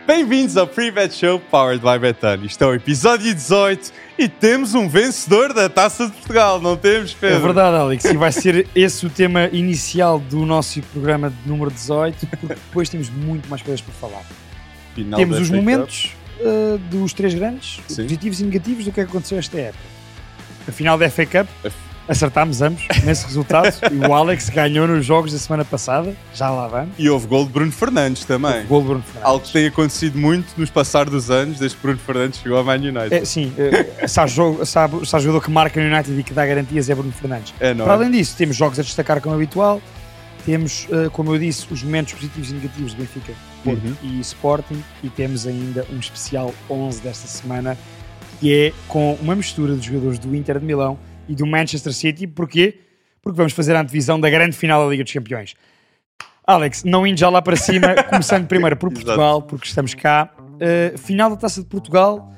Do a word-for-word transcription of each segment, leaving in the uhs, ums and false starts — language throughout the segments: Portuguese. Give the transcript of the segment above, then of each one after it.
Bem-vindos ao Pre-Bet Show Powered by Betano. Isto é o episódio dezoito e temos um vencedor da Taça de Portugal, não temos, Pedro? É verdade, Alex, e vai ser esse o tema inicial do nosso programa de número dezoito, porque depois temos muito mais coisas para falar. Final temos os F A momentos uh, dos três grandes, Sim. positivos e negativos do que aconteceu esta época. A final da F A Cup, acertámos ambos nesse resultado e o Alex ganhou nos jogos da semana passada, já lá vamos. E houve gol de Bruno Fernandes também. Houve gol de Bruno Fernandes. Algo que tem acontecido muito nos passar dos anos, desde que Bruno Fernandes chegou ao Man United. É, sim, uh, se, há jogo, se, há, se há jogador que marca no United e que dá garantias é Bruno Fernandes. É, não Para é? além disso, temos jogos a destacar como habitual, temos, uh, como eu disse, os momentos positivos e negativos de Benfica, Porto Uhum. e Sporting, e temos ainda um especial onze desta semana, que é com uma mistura de jogadores do Inter de Milão e do Manchester City. Porquê? Porque vamos fazer a antevisão da grande final da Liga dos Campeões. Alex, não indo já lá para cima, começando primeiro por Exato. Portugal, porque estamos cá. Uh, final da Taça de Portugal,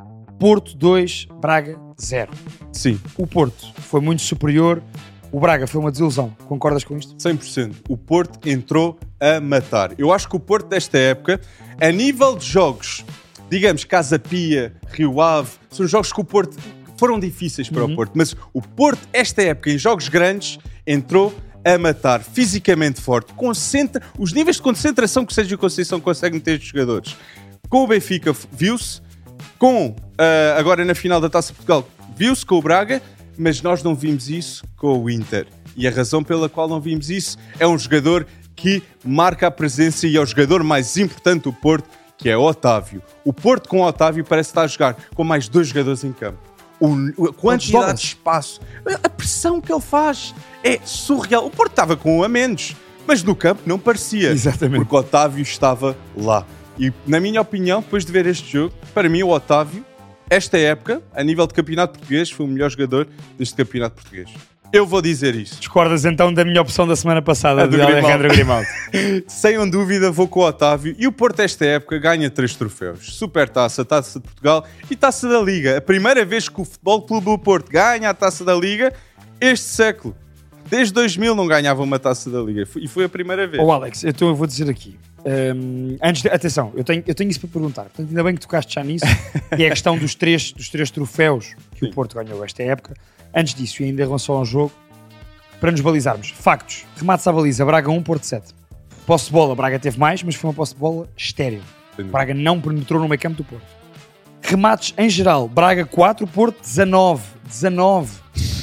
Porto dois, Braga zero. Sim, O Porto foi muito superior, o Braga foi uma desilusão. Concordas com isto? cem por cento. O Porto entrou a matar. Eu acho que o Porto desta época, a nível de jogos, digamos, Casa Pia, Rio Ave, são jogos que o Porto foram difíceis para Uhum. o Porto, mas o Porto, esta época, em jogos grandes, entrou a matar, fisicamente forte, concentra, os níveis de concentração que o Sérgio Conceição consegue meter os jogadores. Com o Benfica viu-se, com ah, agora na final da Taça de Portugal viu-se com o Braga, mas nós não vimos isso com o Inter. E a razão pela qual não vimos isso é um jogador que marca a presença e é o jogador mais importante do Porto, que é o Otávio. O Porto com o Otávio parece estar a jogar com mais dois jogadores em campo. O, a quantidade de espaço, a pressão que ele faz é surreal. O Porto estava com um a menos, mas no campo não parecia. Exatamente. Porque o Otávio estava lá. E, na minha opinião, depois de ver este jogo, para mim o Otávio, esta época, a nível de campeonato português, foi o melhor jogador deste campeonato português. Eu vou dizer isso. Discordas então da minha opção da semana passada, A do de Alejandro Grimaldo? Sem dúvida vou com o Otávio. E o Porto esta época ganha três troféus. Supertaça, Taça de Portugal e Taça da Liga. A primeira vez que o Futebol Clube do Porto ganha a Taça da Liga este século. Desde dois mil não ganhava uma Taça da Liga. E foi a primeira vez. Ô Alex, então eu vou dizer aqui. hum, antes de, atenção, eu tenho, eu tenho isso para perguntar. Portanto, ainda bem que tocaste já nisso. E é a questão dos três, dos três troféus que Sim. o Porto ganhou esta época. Antes disso, e ainda em relação ao jogo, para nos balizarmos, factos: remates à baliza, Braga um, Porto sete. Posse de bola, Braga teve mais, mas foi uma posse de bola estéril. Sem dúvida. Braga não penetrou no meio campo do Porto. Remates em geral, Braga quatro, Porto dezanove. dezanove.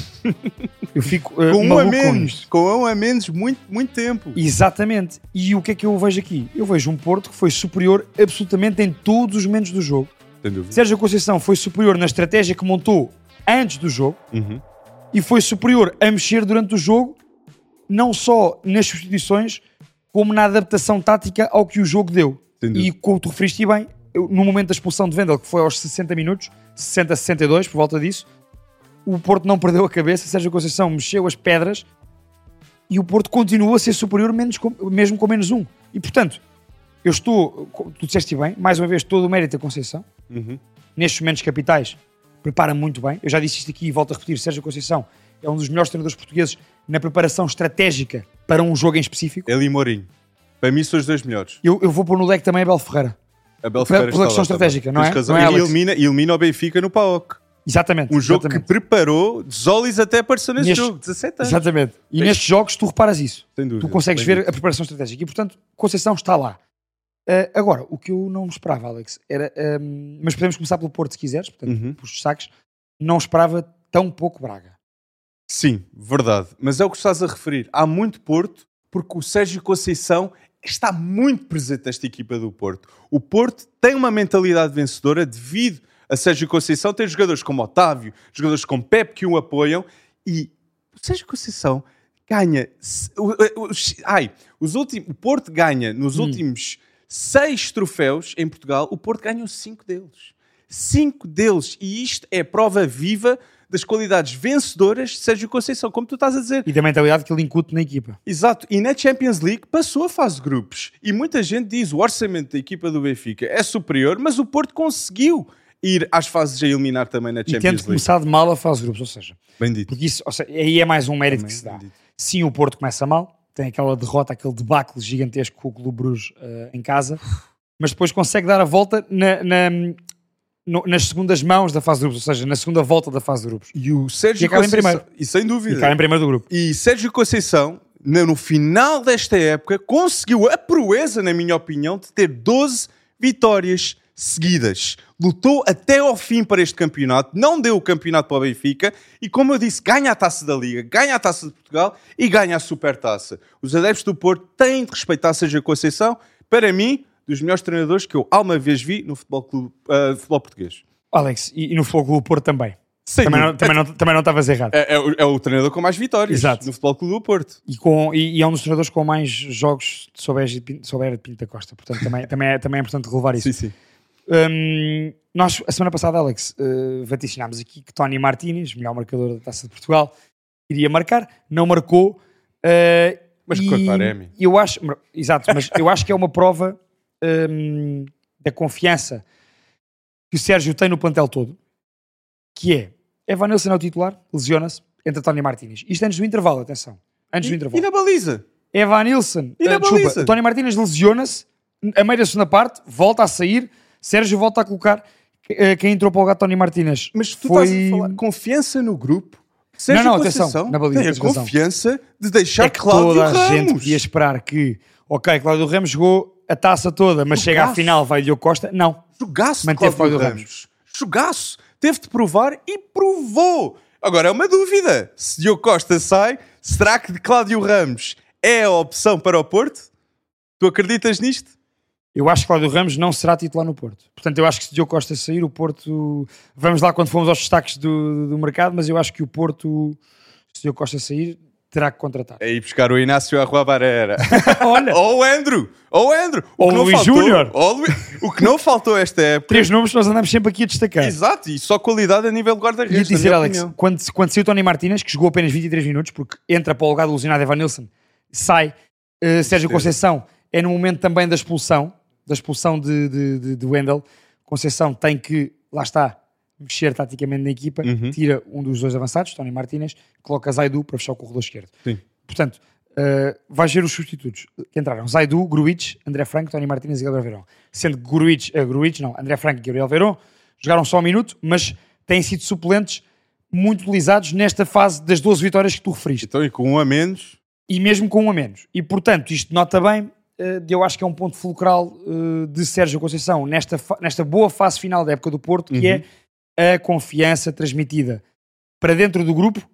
Eu fico uh, Com um a maluco com menos. isto. Com um a menos muito, muito tempo. Exatamente. E o que é que eu vejo aqui? Eu vejo um Porto que foi superior absolutamente em todos os momentos do jogo. Sem dúvida. Sérgio Conceição foi superior na estratégia que montou antes do jogo Uhum. e foi superior a mexer durante o jogo, não só nas substituições, como na adaptação tática ao que o jogo deu. Sem dúvida. E como tu referiste bem, eu, no momento da expulsão de Vendel, que foi aos sessenta minutos, sessenta a sessenta e dois, por volta disso, o Porto não perdeu a cabeça, Sérgio Conceição mexeu as pedras e o Porto continuou a ser superior menos com, mesmo com menos um. E portanto, eu estou, tu disseste bem, mais uma vez, todo o mérito da Conceição, Uhum. nestes momentos capitais, prepara muito bem. Eu já disse isto aqui e volto a repetir, Sérgio Conceição é um dos melhores treinadores portugueses na preparação estratégica para um jogo em específico. Ele e Mourinho. Para mim são os dois melhores. Eu, eu vou pôr no leque também Abel Ferreira. Abel Pela- Ferreira pela está lá questão estratégica, também. não é? Tens razão. Não é, E Alex? elimina, e elimina o Benfica no P A O C. Exatamente. Um jogo exatamente. que preparou, Zolis até apareceu nesse Neste- jogo, dezassete anos. Exatamente. E Tens- nestes jogos tu reparas isso. Sem dúvida. Tu consegues Bem ver dito. a preparação estratégica. E portanto, Conceição está lá. Uh, agora, o que eu não esperava, Alex, era... um, mas podemos começar pelo Porto, se quiseres. Portanto, Uhum. pelos destaques. Não esperava tão pouco Braga. Sim, verdade. Mas é o que estás a referir. Há muito Porto, porque o Sérgio Conceição está muito presente nesta equipa do Porto. O Porto tem uma mentalidade vencedora devido a Sérgio Conceição ter jogadores como Otávio, jogadores como Pepe que o apoiam, e o Sérgio Conceição ganha... o- o- os- Ai, os últimos, o Porto ganha nos Hum. últimos seis troféus em Portugal, o Porto ganhou cinco deles. Cinco deles. E isto é prova viva das qualidades vencedoras de Sérgio Conceição, como tu estás a dizer. E da mentalidade que ele incute na equipa. Exato. E na Champions League passou a fase de grupos. E muita gente diz que o orçamento da equipa do Benfica é superior, mas o Porto conseguiu ir às fases a eliminar também na E Champions tendo League. começado mal a fase de grupos, ou seja, Bem dito. porque isso, ou seja, aí é mais um mérito Também, que se dá. bem dito. Sim, o Porto começa mal, tem aquela derrota, aquele debacle gigantesco com o Clube Bruges uh, em casa, mas depois consegue dar a volta na, na, no, nas segundas mãos da fase de grupos, ou seja, na segunda volta da fase de grupos. E o Sérgio E acaba em Conceição, primeiro. e sem dúvida. E cai em primeiro do grupo. E Sérgio Conceição, no no final desta época, conseguiu a proeza, na minha opinião, de ter doze vitórias seguidas. Lutou até ao fim para este campeonato, não deu o campeonato para o Benfica e, como eu disse, ganha a Taça da Liga, ganha a Taça de Portugal e ganha a Supertaça. Os adeptos do Porto têm de respeitar Sérgio Conceição, para mim, dos melhores treinadores que eu alguma vez vi no futebol, clube, uh, futebol português. Alex, e, e no Futebol Clube do Porto também. Sem Também não, dúvida. também, não, também não estavas errado. É, é o- é o treinador com mais vitórias Exato. no Futebol Clube do Porto. E, com, e, e é um dos treinadores com mais jogos sob a égide de Pin- sob a era de Pinto da Costa. Portanto, também, também, é, também é importante relevar isso. Sim, sim. Hum, nós, a semana passada, Alex, uh, vaticinámos aqui que Tony Martínez, melhor marcador da Taça de Portugal, iria marcar. Não marcou. uh, Mas e com a Taremi. eu acho, exato, mas eu acho que é uma prova hum, da confiança que o Sérgio tem no plantel todo, que é Evanilson é o titular, lesiona-se, entra Tony Martínez. Isto antes do intervalo, atenção. Antes do E, intervalo. e na baliza? Evanilson, E na uh, desculpa, baliza? Tony Martínez lesiona-se, a meio da segunda parte, volta a sair, Sérgio volta a colocar uh, quem entrou para o lugar de Tony Martínez. Mas tu Foi... estás a falar confiança no grupo. Sérgio não, atenção, Conceição na baliza, tem a tens razão. confiança de deixar É que Cláudio toda a Ramos. gente podia esperar que, ok, Cláudio Ramos jogou a taça toda, mas chega à Jogaço. final, vai Diogo Costa. Não. Jogaço de Manteve Cláudio Cláudio Ramos. Jogaço. Teve de provar e provou. Agora é uma dúvida. Se Diogo Costa sai, será que Cláudio Ramos é a opção para o Porto? Tu acreditas nisto? Eu acho que Cláudio Ramos não será titular no Porto. Portanto, eu acho que se Diogo Costa sair, o Porto... Vamos lá quando formos aos destaques do, do mercado, mas eu acho que o Porto, se Diogo Costa sair, terá que contratar. É ir buscar o Inácio Arrua Barreira. Olha, Ou o Andrew. Ou o Andrew. O Ou que o não Luís faltou- Júnior. ou o Luís- O que não faltou esta época... três nomes que nós andamos sempre aqui a destacar. Exato. E só qualidade a nível de E a guarda-redes, na dizer, minha Alex, opinião. quando, quando saiu o Tony Martínez, que jogou apenas vinte e três minutos, porque entra para o lugar do lesionado Evanilson, sai, uh, Sérgio Conceição é no momento também da expulsão, da expulsão de, de, de, de Wendel. Conceição tem que, lá está, mexer taticamente na equipa, Uhum. tira um dos dois avançados, Tony Martínez, coloca Zaidu para fechar o corredor esquerdo. Sim. Portanto, uh, vais ver os substitutos que entraram: Zaidu, Gruitch, André Franco, Tony Martínez e Gabriel Verón. Sendo que Gruitch, uh, Gruitch não, André Franco e Gabriel Verón jogaram só um minuto, mas têm sido suplentes muito utilizados nesta fase das doze vitórias que tu referiste. Então, e com um a menos... E mesmo com um a menos. E, portanto, isto nota bem, uh, eu acho que é um ponto fulcral uh, de Sérgio Conceição nesta, fa- nesta boa fase final da época do Porto, que Uhum. é a confiança transmitida para dentro do grupo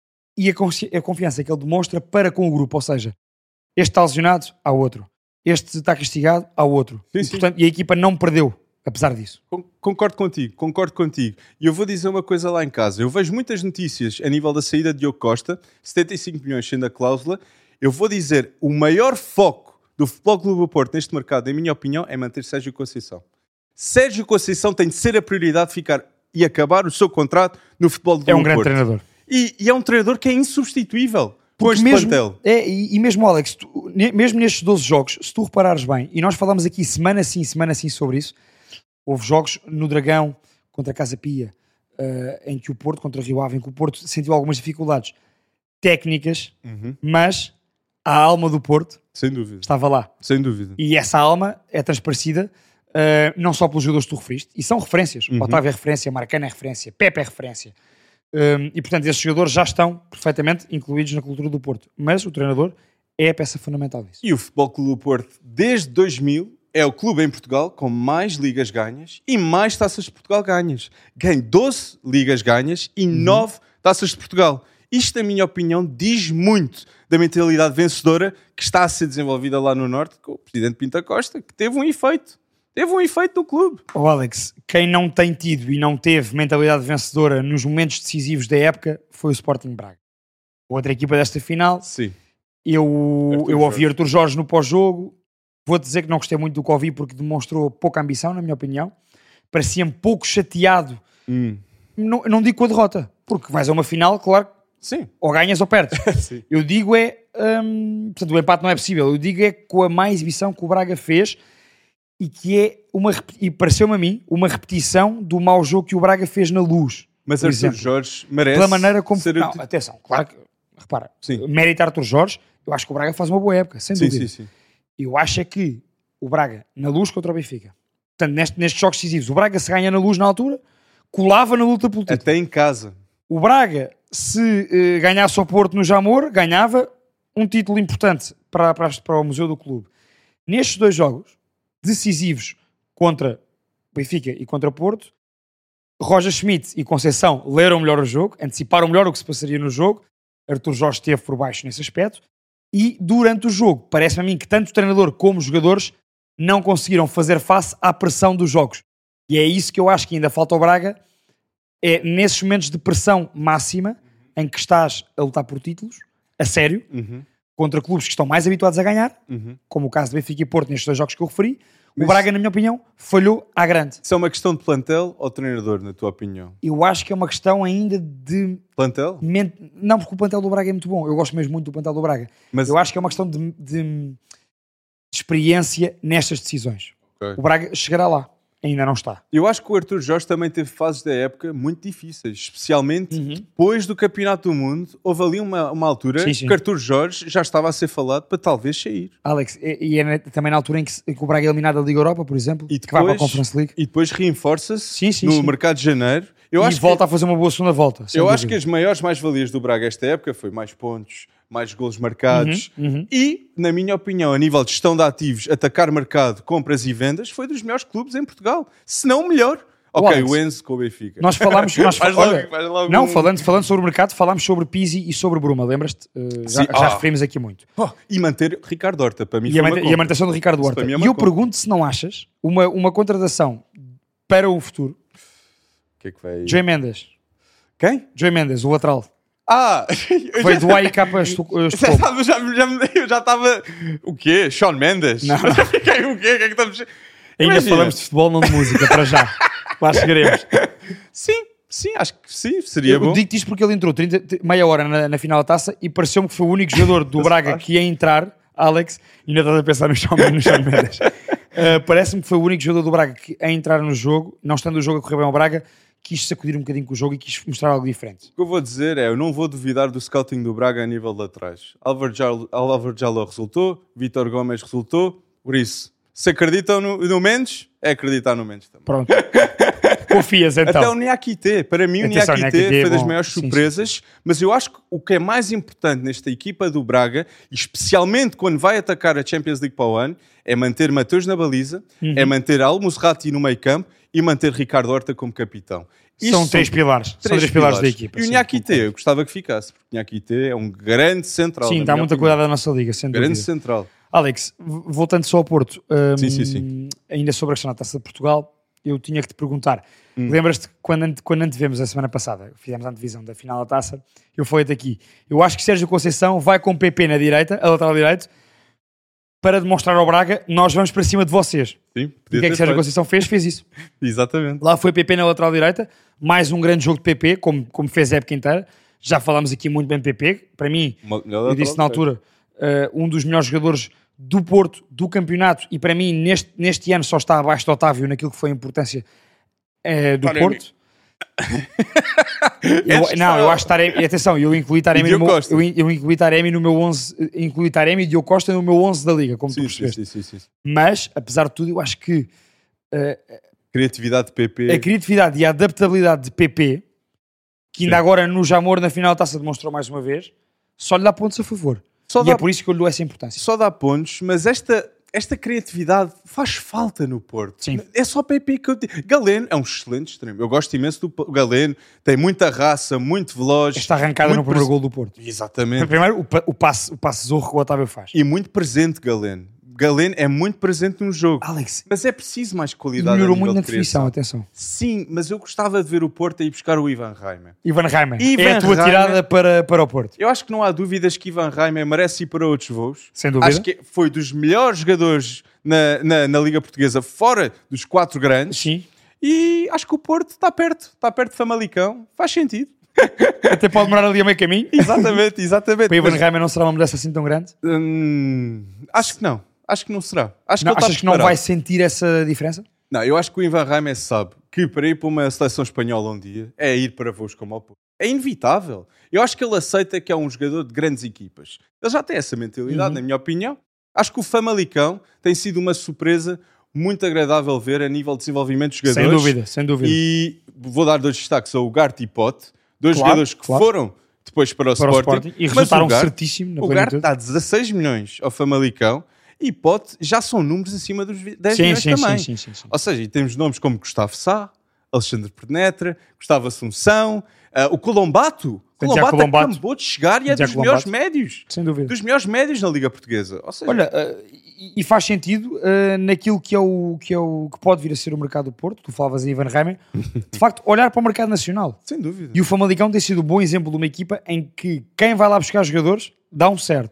e a, consci- a confiança que ele demonstra para com o grupo. Ou seja, este está lesionado, há outro. Este está castigado, há outro. Sim, e, sim. portanto, e a equipa não perdeu, apesar disso. Con- Concordo contigo, concordo contigo. E eu vou dizer uma coisa lá em casa. Eu vejo muitas notícias a nível da saída de Diogo Costa, setenta e cinco milhões sendo a cláusula. Eu vou dizer, o maior foco do Futebol Clube do Porto neste mercado, em minha opinião, é manter Sérgio Conceição. Sérgio Conceição tem de ser a prioridade de ficar e acabar o seu contrato no Futebol Clube É um do grande Porto. treinador. E, e é um treinador que é insubstituível com Porque este mesmo, plantel. é, e, e mesmo, Alex, tu, ne- mesmo nestes doze jogos, se tu reparares bem, e nós falamos aqui semana sim, semana sim sobre isso, houve jogos no Dragão contra a Casa Pia, eh, em que o Porto, contra o Rio Ave, em que o Porto sentiu algumas dificuldades técnicas, Uhum. mas a alma do Porto Sem dúvida, estava lá. sem dúvida. E essa alma é transparecida eh, não só pelos jogadores que tu referiste, e são referências. Uhum. Otávio é referência, Marcano é referência, Pepe é referência. Um, e portanto esses jogadores já estão perfeitamente incluídos na cultura do Porto, mas o treinador é a peça fundamental disso. E o Futebol Clube do Porto, desde dois mil, é o clube em Portugal com mais ligas ganhas e mais taças de Portugal ganhas. Ganha doze ligas ganhas e nove taças de Portugal. Isto, na minha opinião, diz muito da mentalidade vencedora que está a ser desenvolvida lá no Norte com o presidente Pinto da Costa, que teve um efeito. Teve um efeito no clube. Oh Alex, quem não tem tido e não teve mentalidade vencedora nos momentos decisivos da época foi o Sporting Braga. Outra equipa desta final, Sim. eu, Arthur eu ouvi Jorge. Arthur Jorge no pós-jogo. Vou dizer que não gostei muito do que ouvi porque demonstrou pouca ambição, na minha opinião. Parecia-me pouco chateado. Hum. Não, não digo com a derrota, porque vais a uma final, claro, Sim. ou ganhas ou perdes. Sim. Eu digo é... hum, portanto, o empate não é possível. Eu digo é com a má exibição que o Braga fez e que é uma... rep- E pareceu-me a mim uma repetição do mau jogo que o Braga fez na Luz. Mas por Arthur exemplo. Jorge merece Pela maneira como... ser... Não, uti- atenção, claro que... Repara, Sim. mérito a Arthur Jorge, eu acho que o Braga faz uma boa época, sem Sim, dúvida. sim, sim. Eu acho é que o Braga na Luz contra o Benfica. Portanto, neste, nestes jogos decisivos, o Braga se ganha na Luz na altura, colava na luta pelo título. Até em casa. O Braga, se eh, ganhasse ao Porto no Jamor, ganhava um título importante para, para, para o Museu do Clube. Nestes dois jogos decisivos contra Benfica e contra Porto, Roger Schmidt e Conceição leram melhor o jogo, anteciparam melhor o que se passaria no jogo. Artur Jorge esteve por baixo nesse aspecto. E durante o jogo, parece-me a mim que tanto o treinador como os jogadores não conseguiram fazer face à pressão dos jogos. E é isso que eu acho que ainda falta ao Braga, é nesses momentos de pressão máxima, em que estás a lutar por títulos, a sério, Uhum. contra clubes que estão mais habituados a ganhar, Uhum. como o caso de Benfica e Porto nestes dois jogos que eu referi. Mas- O Braga, na minha opinião, falhou à grande. Isso é uma questão de plantel ou treinador, na tua opinião? Eu acho que é uma questão ainda de... Plantel? men- Não, porque o plantel do Braga é muito bom. Eu gosto mesmo muito do plantel do Braga. Mas Eu acho que é uma questão de, de- de experiência nestas decisões. Ok. O Braga chegará lá. Ainda não está. eu acho que o Artur Jorge também teve fases da época muito difíceis, especialmente Uhum. depois do Campeonato do Mundo. Houve ali uma, uma altura Sim, sim. que Artur Jorge já estava a ser falado para talvez sair. Alex, e, e é na- também na altura em que, se- que o Braga é eliminado da Liga Europa, por exemplo, E que vai para a depois- Conference League E depois reforça-se Sim, sim, no sim. mercado de janeiro. Eu e acho volta que, a fazer uma boa segunda volta. sem eu dúvida. acho que as maiores mais-valias do Braga esta época foi mais pontos, mais golos marcados Uhum, uhum. e, na minha opinião, a nível de gestão de ativos, atacar mercado, compras e vendas, foi dos melhores clubes em Portugal. Se não o melhor. Ok, Alex, o Enzo com o Benfica. Nós falámos... Nós, Faz olha, logo- faz logo não, um- falando, falando sobre o mercado, falámos sobre Pizzi e sobre Bruma, lembras-te? Uh, já Sim, já ah. referimos aqui muito. Oh, e manter Ricardo Horta, para mim E foi a, uma mante- e a compra. manutenção do Ricardo Isso Horta. para mim é E uma eu compra. pergunto se não achas uma, uma contratação para o futuro. O que é que vai aí? Joey Mendes. Quem? Joey Mendes, o lateral. Ah! eu Foi já- do A I K Estocolmo. Já estava, já, já, eu já estava. O quê? Shawn Mendes? Não. Já fiquei o quê? O que é que estamos. Ainda Imagina. falamos de futebol, não de música, para já. Lá chegaremos. Sim, sim, acho que sim, seria Eu bom. digo-te isto porque ele entrou trinta, meia hora na, na final da taça e pareceu-me que foi o único jogador do Braga que ia entrar, Alex, e ainda estás a pensar no Shawn no Shawn Mendes. Uh, Parece-me que foi o único jogador do Braga que a entrar no jogo, não estando o jogo a correr bem ao Braga, quis sacudir um bocadinho com o jogo e quis mostrar algo diferente. O que eu vou dizer é, eu não vou duvidar do scouting do Braga a nível de atrás. Álvaro Jalo, Álvaro Jalo resultou, Vítor Gomes resultou, por isso, se acreditam no, no Mendes, é acreditar no Mendes também. Pronto. Confias então. Até o Niakité, para mim o Atenção, Niakité Niakité é foi das bom. maiores Sim, surpresas, mas eu acho que o que é mais importante nesta equipa do Braga, e especialmente quando vai atacar a Champions League para o ano, é manter Mateus na baliza, Uhum. é manter Al-Musrati no meio campo e manter Ricardo Horta como capitão. São Isto três pilares. São três pilares da equipa. E o sim, Niakité, concordo. eu gostava que ficasse, porque o Niakité é um grande central. Sim, na dá minha muita opinião. cuidado da nossa liga, sem Grande dúvida. central. Alex, v- voltando só ao Porto, hum, Sim, sim, sim. ainda sobre a questão da Taça de Portugal, eu tinha que te perguntar. Hum. Lembras-te que quando, ante- quando antevemos a semana passada, fizemos a antevisão da final da Taça, eu falei-te aqui. Eu acho que Sérgio Conceição vai com P P na direita, a lateral direito, para demonstrar ao Braga, nós vamos para cima de vocês. Sim, E o podia que é que ter Sérgio feito. Conceição fez? Fez isso. Exatamente. Lá foi P P na lateral direita, mais um grande jogo de P P, como, como fez a época inteira. Já falámos aqui muito bem de P P. Para mim, Uma- melhor eu lateral disse na altura, uh, um dos melhores jogadores do Porto, do campeonato, e para mim, neste, neste ano, só está abaixo de Otávio naquilo que foi a importância uh, do Taremi. Porto. Eu- não, eu acho que Taremi, e atenção, eu incluí Taremi, E no Diogo meu, Costa. eu, in- eu incluí Taremi no meu onze, incluí Taremi e Diogo Costa no meu onze da Liga, como tu Sim, sim, percebeste. sim, sim, sim. Mas, apesar de tudo, eu acho que Criatividade de P P. a criatividade e a adaptabilidade de P P, que ainda Sim. agora no Jamor na final da taça demonstrou mais uma vez, só lhe dá pontos a favor. Só e dá- é por isso que eu lhe dou essa importância. Só dá pontos, mas esta, esta criatividade faz falta no Porto. Sim. É só P P que eu digo. Galeno é um excelente extremo. Eu gosto imenso do P- Galeno. Tem muita raça, muito veloz. Esta arrancada muito no primeiro pres- gol do Porto. Exatamente. Primeiro, o, pa- o passe, o passe zorro que o Otávio faz. E muito presente, Galeno. Galeno é muito presente no jogo. Alex, Mas é preciso mais e qualidade. melhorou a nível muito na de definição, criação. atenção. Sim, mas eu gostava de ver o Porto a ir buscar o Ivan Reimer. Ivan Reimer, Ivan é a tua Reimer- tirada para, para o Porto. Eu acho que não há dúvidas que Ivan Reimer merece ir para outros voos. Sem dúvida. Acho que foi dos melhores jogadores na, na, na Liga Portuguesa, fora dos quatro grandes. Sim. E acho que o Porto está perto. Está perto de Famalicão. Faz sentido. Até pode demorar ali a meio caminho. Exatamente, exatamente. Para Ivan Mas, Reimer não será uma mudança assim tão grande? hum, acho que não. Acho que não será. Acho Não, que ele achas está que não preparado. vai sentir essa diferença? Não, eu acho que o Ivan Reimer sabe que para ir para uma seleção espanhola um dia é ir para voos como o Porto. É inevitável. Eu acho que ele aceita que é um jogador de grandes equipas. Ele já tem essa mentalidade, Uhum. na minha opinião. Acho que o Famalicão tem sido uma surpresa muito agradável ver a nível de desenvolvimento de jogadores. Sem dúvida, sem dúvida. E vou dar dois destaques ao Gart e Pote, dois Claro, jogadores que claro. foram depois para o Para o Sporting. Sporting. E Mas resultaram o Gart- certíssimo na O Gart plenitude. dá dezasseis milhões ao Famalicão e Pote já são números acima dos dez Sim, milhões sim, também. sim, sim, sim, sim. Ou seja, e temos nomes como Gustavo Sá, Alexandre Penetra, Gustavo Assunção, uh, o Colombato. O Santiago Colombato Colombato. acabou de chegar e é Santiago dos melhores Colombato. médios. Sem dúvida. Dos melhores médios na Liga Portuguesa. Ou seja, Olha, uh, e e faz sentido uh, naquilo que é, o, que é o que pode vir a ser o mercado do Porto. Tu falavas em Ivan Reimer. De facto, olhar para o mercado nacional. sem dúvida. E o Famalicão tem sido um bom exemplo de uma equipa em que quem vai lá buscar jogadores dá um certo.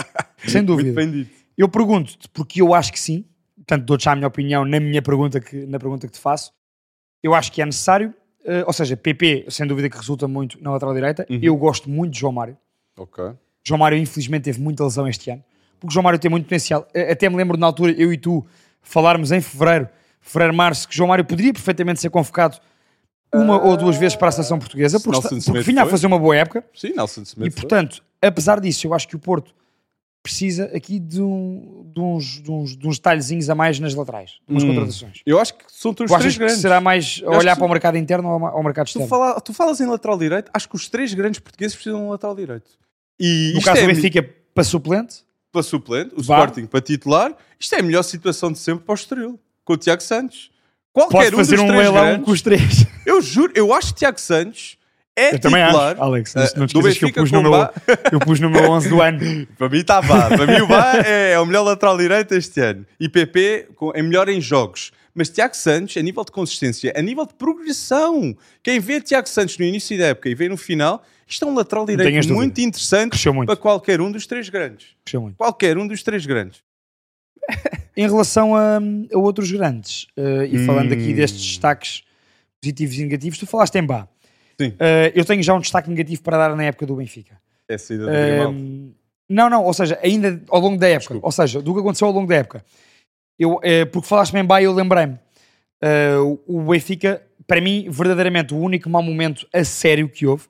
Sem dúvida. Muito bem dito. Eu pergunto-te, porque eu acho que sim, portanto dou-te já a minha opinião na minha pergunta que, na pergunta que te faço. Eu acho que é necessário, uh, ou seja, P P, sem dúvida que resulta muito na lateral direita. Uhum. Eu gosto muito de João Mário. Ok. João Mário infelizmente teve muita lesão este ano, porque João Mário tem muito potencial. A- Até me lembro na altura, eu e tu, falarmos em fevereiro, fevereiro, março, que João Mário poderia perfeitamente ser convocado uma ou duas vezes para a seleção portuguesa, porque, Nelson está- porque Semedo vinha a foi. fazer uma boa época. Sim, Nelson Semedo E foi. portanto, apesar disso, eu acho que o Porto precisa aqui de, um- de uns, de, uns, de uns detalhezinhos a mais nas laterais, de umas Hum. contratações. Eu acho que são todos Tu os três achas que grandes. será mais acho olhar que para o mercado interno ou ao mercado Tu, externo? fala- tu falas em lateral direito, acho que os três grandes portugueses precisam de um lateral direito. E No isto caso é do Benfica, para suplente, para suplente, o Vá. Sporting para titular, isto é a melhor situação de sempre para o Estoril, com o Tiago Santos. Qualquer pode um fazer dos um três leilão grandes, com os três. eu juro, eu acho que Tiago Santos é Eu também acho, titular. Alex. uh, Não te do esqueças que eu Benfica pus, com no meu, Bá. eu pus no meu onze do ano. Para mim está Bá. Para mim o Bá é, é o melhor lateral direito este ano. E P P com- é melhor em jogos. Mas Tiago Santos, a nível de consistência, a nível de progressão, quem vê Tiago Santos no início da época e vê no final, isto é um lateral tenhas direito dúvida. muito interessante Cresceu muito. para qualquer um dos três grandes. Gostei muito. Qualquer um dos três grandes. Em relação a, a outros grandes, eh, e falando aqui Hum. destes destaques positivos e negativos, tu falaste em Bá. Sim. Eh, eu tenho já um destaque negativo para dar na época do Benfica. É a saída do Eh, Grimaldo. não, não, ou seja, ainda ao longo da época, Desculpa. ou seja, do que aconteceu ao longo da época. Eu, eh, porque falaste-me em Bá, eu lembrei-me. Eh, o- o Benfica, para mim, verdadeiramente o único mau momento a sério que houve,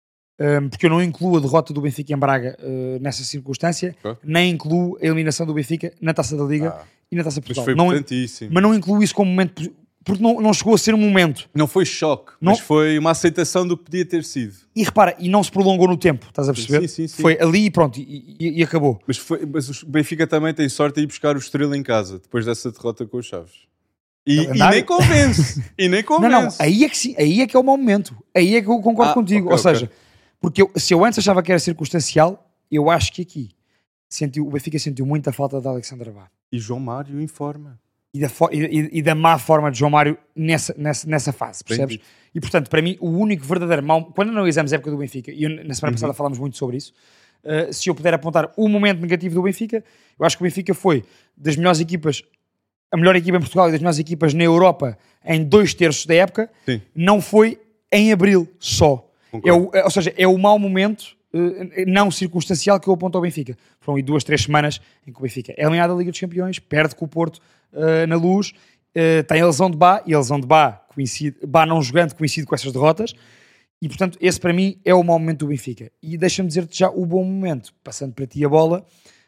eh, porque eu não incluo a derrota do Benfica em Braga eh, nessa circunstância, Ok. nem incluo a eliminação do Benfica na Taça da Liga Ah, e na Taça de mas Portugal. foi Não, importantíssimo. mas não incluo isso como momento, posi- porque não, não chegou a ser um momento. Não foi choque, Não- mas foi uma aceitação do que podia ter sido. E repara, e não se prolongou no tempo, estás a perceber? Sim, sim, sim. Foi ali e pronto, e, e- e acabou. Mas, foi, mas o Benfica também tem sorte a ir buscar o Estrela em casa, depois dessa derrota com os Chaves. E, e Calendário? nem convence. e nem Não, convence. não, aí é que sim, aí é que é o mau momento. Aí é que eu concordo Ah, contigo. ok, Ou ok. seja, porque eu- se eu antes achava que era circunstancial, eu acho que aqui sentiu, o Benfica sentiu muita falta de Alexandre Bá. E João Mário informa. E da, fo- e, e- e da má forma de João Mário nessa, nessa, nessa fase, Bem percebes? dito. E portanto, para mim, o único verdadeiro mau, quando analisamos a época do Benfica, e eu, na semana Uhum. passada falámos muito sobre isso, uh, se eu puder apontar o momento negativo do Benfica, eu acho que o Benfica foi das melhores equipas, a melhor equipa em Portugal e das melhores equipas na Europa em dois terços da época, Sim. não foi em abril só. É Concordo. o, é- ou seja, é o mau momento uh, não circunstancial que eu aponto ao Benfica. Foram aí duas, três semanas em que o Benfica é eliminado da Liga dos Campeões, perde com o Porto uh, na Luz, uh, tem a lesão de Bá, e a lesão de Bá, coincide, Bá não jogando coincide com essas derrotas, e portanto esse para mim é o mau momento do Benfica. E deixa-me dizer-te já o bom momento, passando para ti a bola,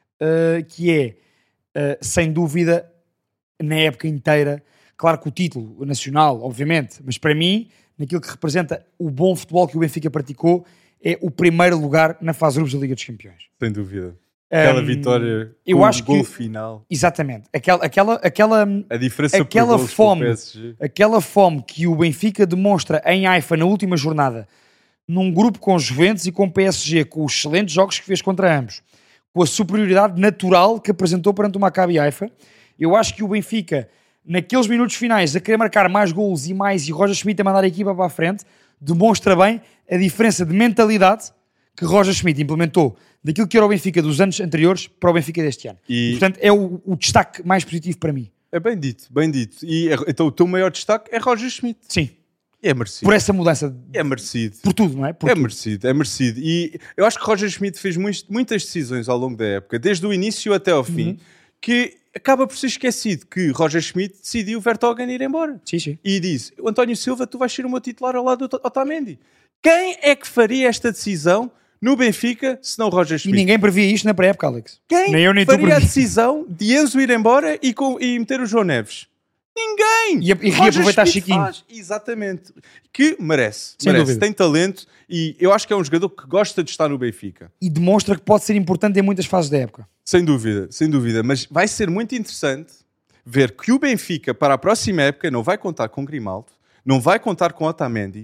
uh, que é, uh, sem dúvida, na época inteira, claro que o título nacional, obviamente, mas para mim, naquilo que representa o bom futebol que o Benfica praticou, é o primeiro lugar na fase de grupos da Liga dos Campeões. Sem dúvida. Aquela Um, vitória eu com acho o gol que- final. Exatamente. Aquela, aquela, aquela, A diferença aquela por golos fome. com o P S G. aquela fome que o Benfica demonstra em Haifa na última jornada, num grupo com Juventus e com P S G, com os excelentes jogos que fez contra ambos, com a superioridade natural que apresentou perante o Maccabi Haifa, eu acho que o Benfica, naqueles minutos finais, a querer marcar mais golos e mais, e Roger Schmidt a mandar a equipa para a frente, demonstra bem a diferença de mentalidade que Roger Schmidt implementou daquilo que era o Benfica dos anos anteriores para o Benfica deste ano. E- E, portanto, é o, o destaque mais positivo para mim. É bem dito, bem dito. E é- então o teu maior destaque é Roger Schmidt. Sim. E é merecido. Por essa mudança. É merecido. Por tudo, não é? Por É tudo. merecido, é merecido. E eu acho que Roger Schmidt fez muis- muitas decisões ao longo da época, desde o início até ao fim, que acaba por ser esquecido que Roger Schmidt decidiu Vertonghen ir embora. Sim, sim. E disse, o António Silva, tu vais ser o meu titular ao lado do Otamendi. Quem é que faria esta decisão No Benfica, se não Roger E Schmidt. ninguém previa isto na pré-época, Alex. Quem Nem eu, nem tu faria a previ. decisão de Enzo ir embora e, com, e meter o João Neves? Ninguém! E, e reaproveitar Schmidt Chiquinho. faz. Exatamente. Que merece. Sem merece. dúvida. Tem talento e eu acho que é um jogador que gosta de estar no Benfica. E demonstra que pode ser importante em muitas fases da época. Sem dúvida, sem dúvida. Mas vai ser muito interessante ver que o Benfica, para a próxima época, não vai contar com Grimaldo, não vai contar com Otamendi.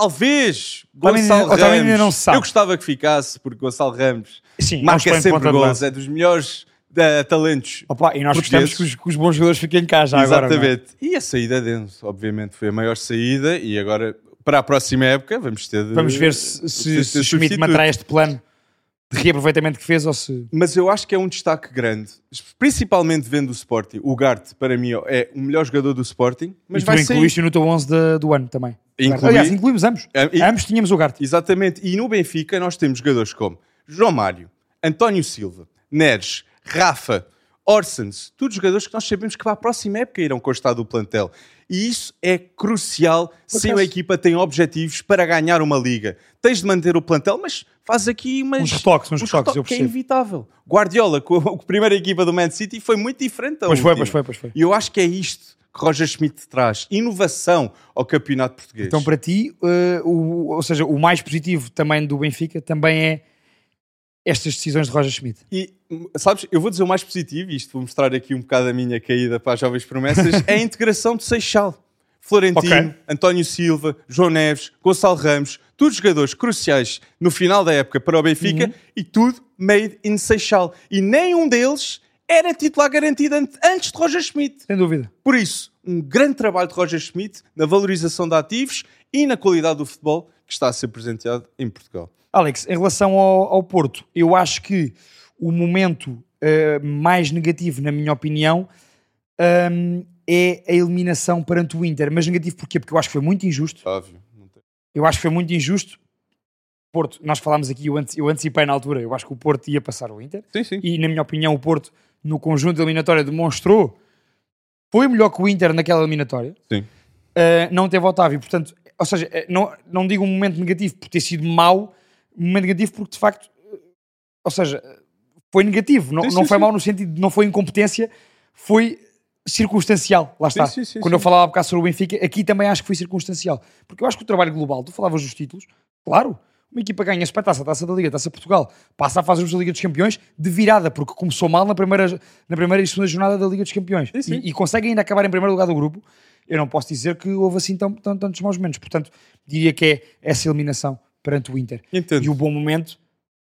Talvez Gonçalo Otamendi Ramos. ainda não se sabe. Eu gostava que ficasse, porque Gonçalo Ramos Sim, é um marca excelente sempre ponta de gols, lança. é dos melhores uh, talentos. Opa, e nós portugueses. gostamos que os, que os bons jogadores fiquem cá já agora. não é? Exatamente. E a saída de Enzo, obviamente, foi a maior saída e agora, para a próxima época, vamos ter de... Vamos ver se, vamos se, ter de se ter Schmidt substituto. manterá este plano de reaproveitamento que fez ou se... Mas eu acho que é um destaque grande, principalmente vendo o Sporting. O Garte, para mim, é o melhor jogador do Sporting, mas e tu vai ser... incluíste no teu onze de, do ano também. Incluí- Aliás, incluímos ambos. Ah, e- Ambos tínhamos o Garte. Exatamente. E no Benfica nós temos jogadores como João Mário, António Silva, Neres, Rafa, Orsens, todos jogadores que nós sabemos que para a próxima época irão constar do plantel. E isso é crucial se acaso. a equipa tem objetivos para ganhar uma liga. Tens de manter o plantel, mas faz aqui umas, Uns retoques, uns retoques, eu que é percebo. inevitável. Guardiola, com a, com a primeira equipa do Man City, foi muito diferente da Pois foi, última. pois foi, pois foi. E eu acho que é isto que Roger Schmidt traz. Inovação ao campeonato português. Então, para ti, eh, o, ou seja, o mais positivo também do Benfica também é estas decisões de Roger Schmidt. E, sabes, eu vou dizer o mais positivo, e isto vou mostrar aqui um bocado a minha caída para as jovens promessas, é a integração de Seixal. Florentino, Ok. António Silva, João Neves, Gonçalo Ramos, todos jogadores cruciais no final da época para o Benfica Uhum. e tudo made in Seixal. E nenhum deles era titular garantido ante- antes de Roger Schmidt. Sem dúvida. Por isso, um grande trabalho de Roger Schmidt na valorização de ativos e na qualidade do futebol que está a ser presenteado em Portugal. Alex, em relação ao, ao Porto, eu acho que o momento eh, mais negativo, na minha opinião, hum, é a eliminação perante o Inter. Mas negativo porquê? Porque eu acho que foi muito injusto. Óbvio. Não tem... Eu acho que foi muito injusto. Porto, nós falámos aqui, eu, ante- eu antecipei na altura, eu acho que o Porto ia passar o Inter. Sim, sim. E, na minha opinião, o Porto, no conjunto eliminatório, demonstrou foi melhor que o Inter naquela eliminatória. Sim. Uh, não teve Otávio, portanto, ou seja, eh, não, não digo um momento negativo por ter sido mau, um momento negativo porque de facto, eh, ou seja, foi negativo, não, Sim, não sim, foi sim. mau no sentido de não foi incompetência, foi circunstancial, lá está. sim, sim, Quando sim. eu falava há bocado sobre o Benfica, aqui também acho que foi circunstancial, porque eu acho que o trabalho global, tu falavas dos títulos, claro, uma equipa ganha a Supertaça, a Taça da Liga, a Taça de Portugal, passa a fase da Liga dos Campeões de virada, porque começou mal na primeira, na primeira e segunda jornada da Liga dos Campeões Sim, sim. E, e consegue ainda acabar em primeiro lugar do grupo. Eu não posso dizer que houve assim tão, tão, tantos maus momentos, portanto, diria que é essa eliminação perante o Inter. Entendo. E o bom momento,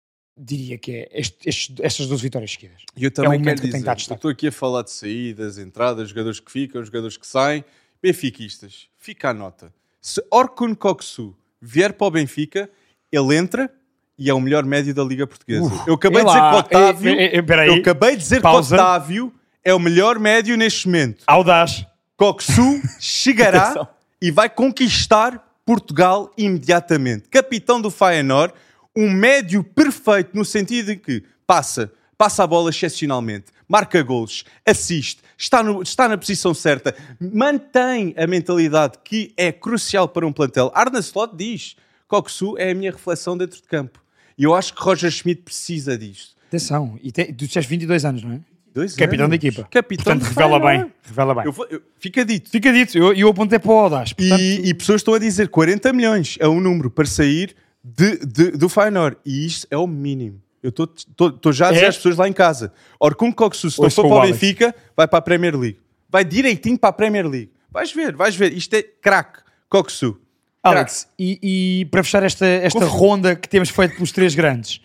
diria que é este, estes, estas duas vitórias seguidas. E eu também É um momento quero que eu tenho dizer, dado eu destaque. estou aqui a falar de saídas, entradas, jogadores que ficam, jogadores que saem. Benfiquistas, fica a nota. Se Orkun Koksu vier para o Benfica, ele entra e é o melhor médio da Liga Portuguesa. Uf, eu acabei é de dizer lá. que o Otávio, É, é, é, peraí. eu acabei de dizer Pausa. que o Otávio é o melhor médio neste momento. Audaz. Koksu chegará Atenção. e vai conquistar Portugal imediatamente. Capitão do Feyenoord, um médio perfeito no sentido de que passa, passa a bola excepcionalmente, marca golos, assiste, está, no- está na posição certa, mantém a mentalidade que é crucial para um plantel. Arne Slot diz, Koksu é a minha reflexão dentro de campo. E eu acho que Roger Schmidt precisa disto. Atenção, e tem, tu disseste vinte e dois anos, não é? Dois Capitão anos. da equipa. Capitão Portanto, do revela Feyenoord. bem. Revela bem. Eu vou- eu- fica dito. Fica dito, eu, eu apontei para o Audaz. Portanto, E, e pessoas estão a dizer quarenta milhões é um número para sair de, de- do Feyenoord. E isto é o mínimo. Eu estou já a dizer É? às pessoas lá em casa. Orkun Koksu, se não Ouça for o para o Alex. Benfica, vai para a Premier League. Vai direitinho para a Premier League. Vais ver, vais ver. Isto é craque. Koksu. Alex, e, e para fechar esta, esta Confio. ronda que temos feito pelos três grandes,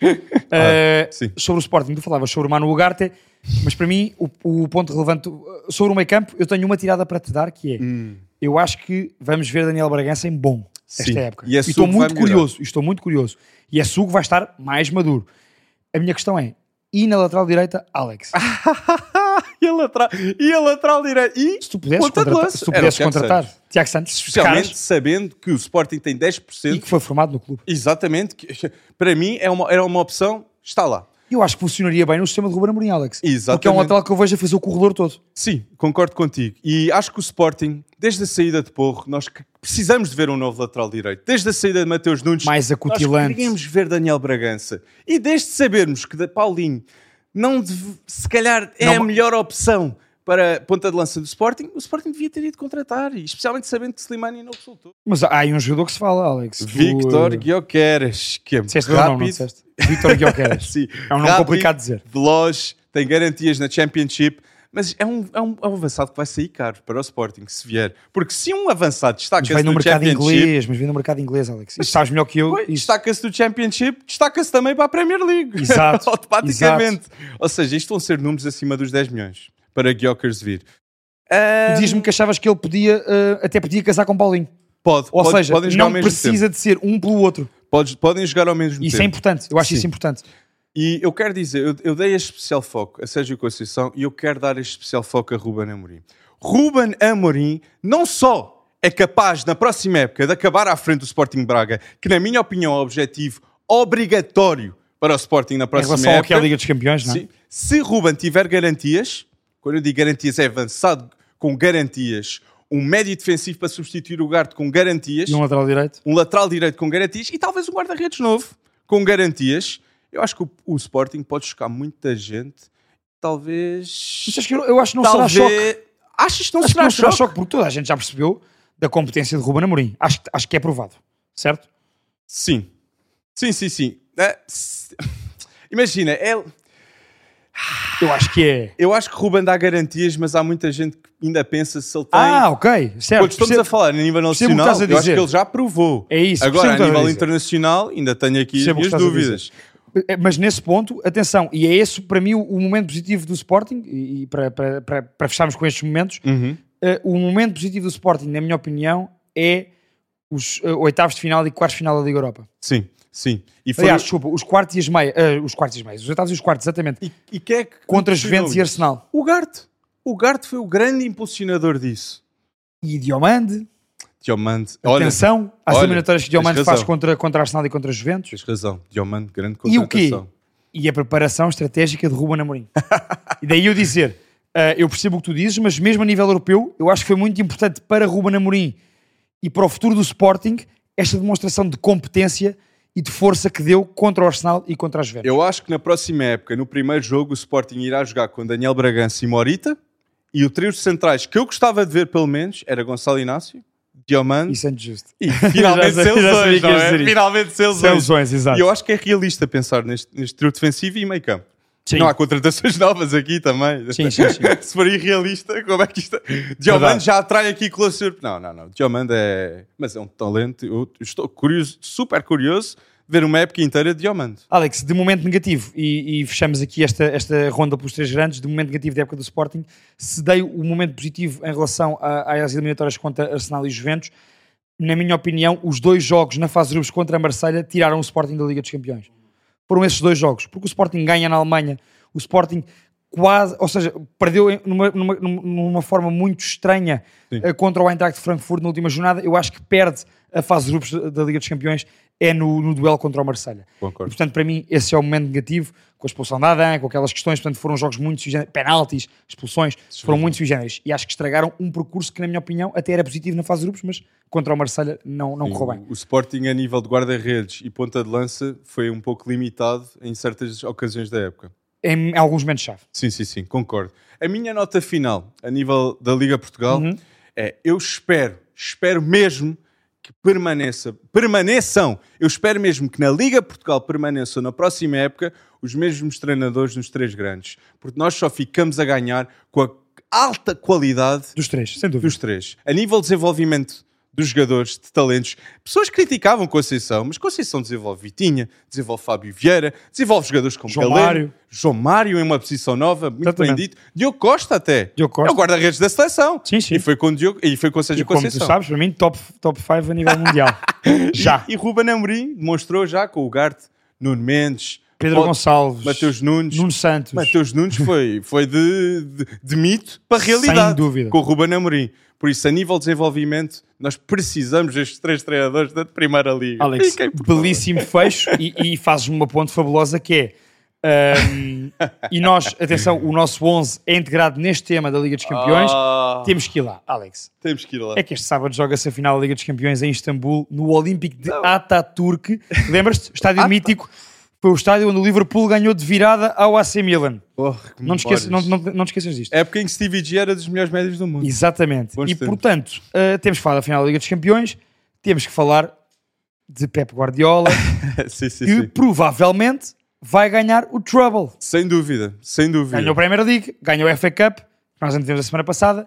eh, sim. sobre o Sporting, tu falavas sobre o Manu Ugarte, mas para mim o, o ponto relevante uh, sobre o meio campo, eu tenho uma tirada para te dar, que é, eu acho que vamos ver Daniel Bragança em bom esta Sim. época. E é E estou Sugo vai muito melhorar. curioso, e estou muito curioso. E a Sugo vai estar mais maduro. A minha questão é, e na lateral direita, Alex? e a lateral, e a lateral direito. E se tu pudesses ponta de contratar, lança. se tu Era o pudesses Tiago contratar Santos. Tiago Santos, Especialmente caras, sabendo que o Sporting tem dez por cento. e que foi formado no clube. Exatamente. que- Para mim é uma, era uma opção. Está lá. E eu acho que funcionaria bem no sistema de Ruben Amorim, Alex. Exatamente. Porque é um lateral que eu vejo a fazer o corredor todo. Sim, concordo contigo. E acho que o Sporting, desde a saída de Porro, nós precisamos de ver um novo lateral direito. Desde a saída de Mateus Nunes, Mais acutilante. nós queríamos ver Daniel Bragança. E desde sabermos que Paulinho não deve, se calhar é Não, a ma- melhor opção para a ponta de lança do Sporting, o Sporting devia ter ido contratar, e especialmente sabendo que Slimani não resultou. Mas há aí um jogador que se fala, Alex. Tu, Victor eh, Gyökeres, que é Disseste o nome, não rápido, disseste? Victor Gyökeres. sim, É um nome rápido, complicado de dizer. veloz, tem garantias na Championship, mas é um, é, um, é um avançado que vai sair caro para o Sporting, se vier. Porque se um avançado Mas destaca-se vem no no mercado Championship, inglês, mas vem no mercado inglês, Alex. Isso sabes melhor que eu. pois, Isso. destaca-se do Championship, destaca-se também para a Premier League. Exato, Automaticamente. Ou seja, isto vão ser números acima dos dez milhões para Gyökeres vir. Ah, Diz-me que achavas que ele podia, eh, até podia casar com Paulinho. pode, Ou pode, seja, podem jogar ao não mesmo precisa de ser um pelo outro. tempo. Podes- podem jogar ao mesmo Isso é tempo. importante. Eu acho Sim. isso importante. E eu quero dizer, eu, eu dei este especial foco a Sérgio Conceição e eu quero dar este especial foco a Ruben Amorim. Ruben Amorim não só é capaz, na próxima época, de acabar à frente do Sporting Braga, que na minha opinião é um objetivo obrigatório para o Sporting na Em próxima relação ao que é época. a Liga dos Campeões, não é? Sim. Se Ruben tiver garantias, quando eu digo garantias é avançado com garantias, um médio defensivo para substituir o Garte com garantias, E um lateral direito. um lateral direito com garantias e talvez um guarda-redes novo com garantias, eu acho que o, o Sporting pode chocar muita gente. Talvez... Mas acho que eu, eu acho que não será talvez... choque. Achas que não Acho que será não será choque? choque porque toda a gente já percebeu da competência de Ruben Amorim. Acho, que- acho que é provado. Certo? Sim. Sim, sim, sim. É, se- Imagina, é... Eu acho que é. eu acho que Ruben dá garantias, mas há muita gente que ainda pensa se ele tem... Ah, ok. Certo. Quando estamos Percebo- a falar a nível percebo o que nacional, estás a eu acho dizer. que ele já provou. É isso, Agora, percebo o a que estás a nível dizer. internacional, ainda tenho aqui Percebo o as que minhas estás a dizer. dúvidas. Eh, Mas nesse ponto, atenção, e é esse para mim o, o momento positivo do Sporting, e, e para, para, para, para fecharmos com estes momentos, Uhum. eh, o momento positivo do Sporting, na minha opinião, é os eh, oitavos de final e quartos de final da Liga Europa. Sim, sim. E, foi... Aliás, desculpa, os quartos e as meias, eh, os quartos e as meias, os oitavos e os quartos, exatamente, e, e quem é que contra impulsionou Juventus e isso? Arsenal. O Garte. O Garte foi o grande impulsionador disso. E Diomande, Diomande. Olha, atenção às olha, eliminatórias que Diomande tens faz razão. contra, contra Arsenal e contra Juventus. tens razão. Diomande, grande E o quê? contratação. E a preparação estratégica de Ruben Amorim. E daí eu dizer, uh, eu percebo o que tu dizes, mas mesmo a nível europeu, eu acho que foi muito importante para Ruben Amorim e para o futuro do Sporting esta demonstração de competência e de força que deu contra o Arsenal e contra a Juventus. Eu acho que na próxima época, no primeiro jogo, o Sporting irá jogar com Daniel Bragança e Morita. E o trio de centrais que eu gostava de ver, pelo menos, era Gonçalo Inácio, Diomande Isso é injusto. e finalmente Já sabia- já sabia Celzões, que não ias é? dizer isso. Finalmente Celzões. Celzões, exato. E eu acho que é realista pensar neste, neste trio defensivo e meio campo. Sim. Não há contratações novas aqui também. Sim, sim, sim. Se for irrealista, como é que isto... Verdade. Diomande já atrai aqui closer. Não, não, não. Diomande é... Mas é um talento. Eu estou curioso, super curioso de ver uma época inteira de Diomande. Alex, de momento negativo, e, e fechamos aqui esta, esta ronda pelos três grandes, de momento negativo da época do Sporting, se dei o momento positivo em relação a- às eliminatórias contra Arsenal e Juventus, na minha opinião, os dois jogos na fase de grupos contra a Marselha tiraram o Sporting da Liga dos Campeões. Foram esses dois jogos, porque o Sporting ganha na Alemanha, o Sporting quase, ou seja, perdeu em- numa, numa, numa forma muito estranha Sim. eh, contra o Eintracht de Frankfurt na última jornada. Eu acho que perde a fase de grupos da da Liga dos Campeões é no, no duelo contra o Marselha. E, Concordo. portanto, para mim, esse é o momento negativo, com a expulsão da Adam, com aquelas questões, portanto, foram jogos muito sui generis, penaltis, expulsões, foram muito sui generis. E acho que estragaram um percurso que, na minha opinião, até era positivo na fase de grupos, mas contra o Marselha não, não correu bem. O, o Sporting a nível de guarda-redes e ponta de lança foi um pouco limitado em certas ocasiões da época. Em alguns momentos-chave. Sim, sim, sim, concordo. A minha nota final, a nível da Liga Portugal, Uhum. é, eu espero, espero mesmo que permaneça, permaneçam, eu espero mesmo que na Liga Portugal permaneçam na próxima época os mesmos treinadores nos três grandes, porque nós só ficamos a ganhar com a alta qualidade Dos três, sem dúvida. dos três. A nível de desenvolvimento dos jogadores, de talentos, pessoas criticavam Conceição, mas Conceição desenvolve Vitinha, desenvolve Fábio Vieira, desenvolve jogadores como João Galeno, Mário. João Mário em uma posição nova, muito Exatamente. bem dito. Diogo Costa até. Diogo Costa. É o guarda-redes da seleção. Sim, sim. E foi com, Diogo, e foi com o Sérgio E como tu Conceição. sabes, para mim, top top cinco a nível mundial. Já. E, e Ruben Amorim demonstrou já com o Garte, Nuno Mendes, Pedro Pode- Gonçalves, Mateus Nunes. Nuno Santos. Mateus Nunes foi, foi de, de, de mito para realidade. Sem dúvida. Com o Ruben Amorim. Por isso, a nível de desenvolvimento, nós precisamos destes três treinadores da Primeira Liga. Alex, Fiquem, por favor. belíssimo fecho e, e fazes-me uma ponte fabulosa que é Um, e nós, atenção, o nosso onze é integrado neste tema da Liga dos Campeões. Ah, Temos que ir lá, Alex. temos que ir lá. É que este sábado joga-se a final da Liga dos Campeões em Istambul, no Olímpico de Atatürk. Lembras-te? Estádio mítico. Foi o estádio onde o Liverpool ganhou de virada ao A C Milan. Oh, não, te esqueças, não, não, não te esqueças disto. Época em que Stevie G era dos melhores médios do mundo. Exatamente. Bons e tempos. portanto, uh, temos que falar da final da Liga dos Campeões, temos que falar de Pep Guardiola, sim, sim, que sim. provavelmente vai ganhar o Trouble. Sem dúvida, sem dúvida. Ganhou a Premier League, ganhou a F A Cup, que nós antevemos a semana passada,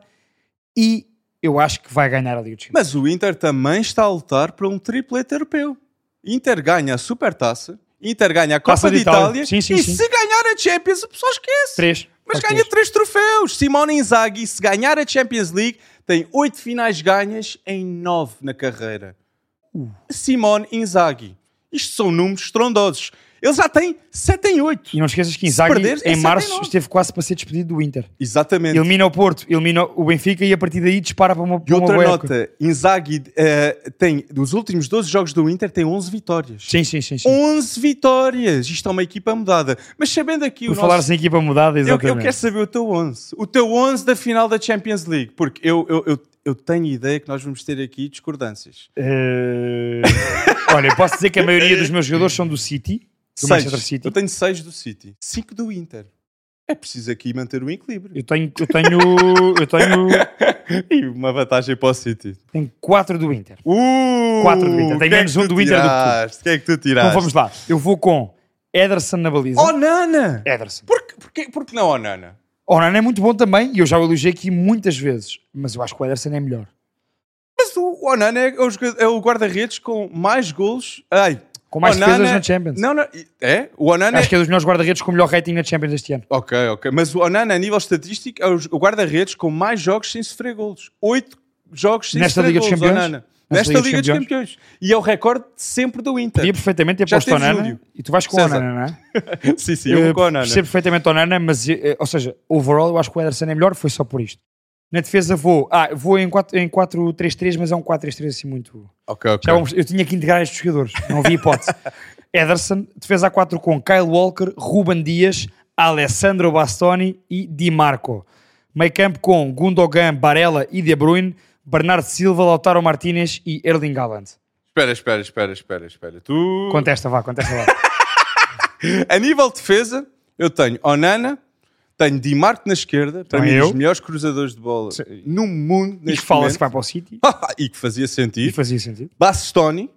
e eu acho que vai ganhar a Liga dos Campeões. Mas o Inter também está a lutar para um triplete europeu. Inter ganha a Supertaça, Inter ganha a Copa Taça de de Itália. Itália Sim, sim, e sim. se ganhar a Champions, o pessoal esquece. Três. Mas Só ganha três. três troféus. Simone Inzaghi, se ganhar a Champions League, tem oito finais ganhas em nove na carreira. Uh. Simone Inzaghi. Isto são números estrondosos. Ele já tem sete em oito. E não esqueças que Se Inzaghi, perder, é em sete março, em nove. esteve quase para ser despedido do Inter. Exatamente. Elimina o Porto, elimina o Benfica e a partir daí dispara para uma, E para uma outra boa época. nota, Inzaghi eh, tem, dos últimos doze jogos do Inter, tem onze vitórias. Sim, sim, sim. sim. onze vitórias! Isto é uma equipa mudada. Mas sabendo aqui Por o falar nosso... em equipa mudada, eu, exatamente. eu quero saber o teu onze. O teu onze da final da Champions League. Porque eu, eu, eu, eu tenho ideia que nós vamos ter aqui discordâncias. Eh, Olha, eu posso dizer que a maioria dos meus jogadores são do City, do Seis. Manchester City. Eu tenho seis do City. cinco do Inter. É preciso aqui manter o equilíbrio. Eu tenho, eu tenho, eu tenho, E uma vantagem para o City. tenho quatro do Inter. Uh, Quatro do Inter. Tem quem é menos que um tu do Inter do que tu. tiraste? Quem é que tu tiraste? Então vamos lá. Eu vou com Ederson na baliza. Oh, Nana! Ederson. Porquê, porquê, porquê não, oh, Nana? O Onana é muito bom também e eu já o elogiei aqui muitas vezes. Mas eu acho que o Ederson é melhor. Mas o Onana é o, jogador- é o guarda-redes com mais golos. Ai, Com mais Onana- defesas na Champions. Não, não. É? O Onana Acho que é dos melhores guarda-redes com o melhor rating na Champions este ano. Ok, ok. Mas o Onana, a nível estatístico, é o o guarda-redes com mais jogos sem sofrer golos. Oito jogos sem Nesta sofrer Liga dos golos, Campeões? Onana. Nesta Nesta Liga Liga dos dos Campeões. E é o recorde sempre do Inter. Podia perfeitamente ter Já posto o teve Onana Júlio. e tu vais com o César. Onana, não é? sim, sim, eu vou com o Onana. Percebo perfeitamente o Onana, mas, eh, ou seja, overall eu acho que o Ederson é melhor, foi só por isto. Na defesa vou, ah, vou em quatro três três, mas é um quatro três três assim muito... Ok, ok. Já vamos- eu tinha que integrar estes jogadores, não havia hipótese. Ederson, defesa a quatro com Kyle Walker, Ruben Dias, Alessandro Bastoni e Di Marco. Meio campo com Gundogan, Barella e De Bruyne, Bernardo Silva, Lautaro Martínez e Erling Haaland. Espera, espera, espera, espera, espera. Tu... Contesta, vá, contesta lá. A nível de defesa, eu tenho Onana, tenho Di Marco na esquerda, para Também mim, eu. os melhores cruzadores de bola no mundo E que neste fala-se momento. que vai para o City. E que fazia E sentido. fazia sentido. Bastoni,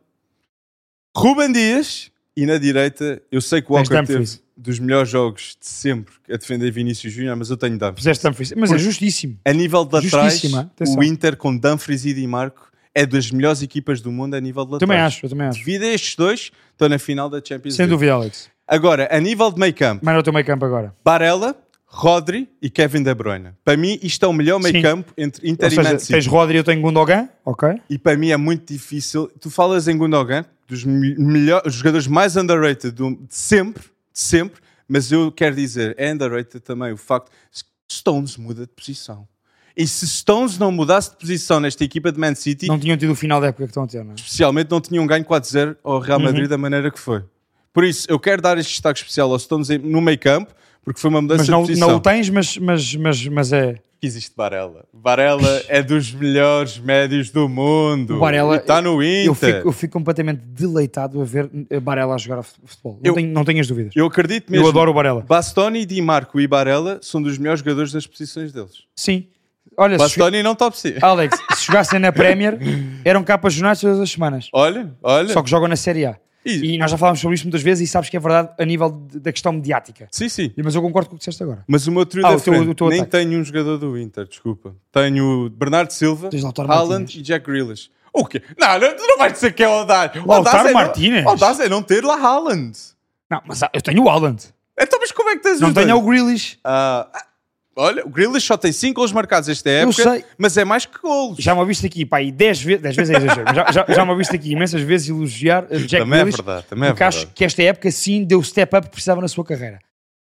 Ruben Dias e na direita, eu sei que o Tens Walker teve Dumfries. dos melhores jogos de sempre a defender Vinícius Júnior, mas eu tenho Dumfries. Puseste Dumfries. Mas é justíssimo. A nível de laterais, Justíssima, atenção. o Inter com Dumfries e Di Marco é das melhores equipas do mundo a nível de laterais. Também acho, eu também acho. Devido a estes dois, estão na final da Champions Sem League. dúvida, Alex. Agora, a nível de meio campo, Mas não é o teu meio campo agora. Barella, Rodri e Kevin De Bruyne. Para mim, isto é o melhor meio Sim. campo entre Ou Inter e seja, Man City. tens Rodri e eu tenho Gundogan. Ok. E para mim é muito difícil. Tu falas em Gundogan, dos me- melhor- os jogadores mais underrated do- de sempre, de sempre, mas eu quero dizer, é underrated também o facto que Stones muda de posição. E se Stones não mudasse de posição nesta equipa de Man City, Não tinham tido o final da época que estão a ter, não é? especialmente não tinham ganho quatro zero ao Real Madrid Uhum. da maneira que foi. Por isso, eu quero dar este destaque especial aos Stones em- no meio campo, porque foi uma mudança Mas não, de posição. não o tens, mas, mas, mas, mas é... Que existe Barella. Barella é dos melhores médios do mundo. O Barella- E está no Inter. Eu fico, eu fico completamente deleitado a ver a Barella a jogar a futebol. Não, Eu- tenho, não tenho as dúvidas. Eu acredito mesmo. Eu adoro o Barella. Bastoni, Di Marco e Barella são dos melhores jogadores das posições deles. Sim. Olha, se joga- Bastoni não top cinco. Alex, se jogassem na Premier, eram capas de jornais todas as semanas. Olha, olha. Só que jogam na Série A. E- E nós já falámos sobre isto muitas vezes e sabes que é verdade a nível de- da questão mediática. Sim, sim. Mas eu concordo com o que disseste agora. Mas o meu trio Ah, da o teu- frente, o teu nem ataque. tenho um jogador do Inter, desculpa. Tenho Bernardo Silva, Tens Lautaro Haaland Martínez. e Jack Grealish. O quê? Não, não, tu não vais dizer que é o Odar. Lautaro Martínez? O Odar é não ter lá Haaland. Não, mas eu tenho o Haaland. Então, mas como é que tens Não os dois? tenho o Grealish. Ah, ah, olha, o Grealish só tem cinco golos marcados esta época, sei. mas é mais que golos. Já me ouviste aqui, pá, aí dez vezes, dez vezes é exagero, mas já, já, já me ouviste aqui imensas vezes elogiar uh, Jack Também é Grealish, verdade, também é porque acho verdade. que esta época sim deu o step up que precisava na sua carreira.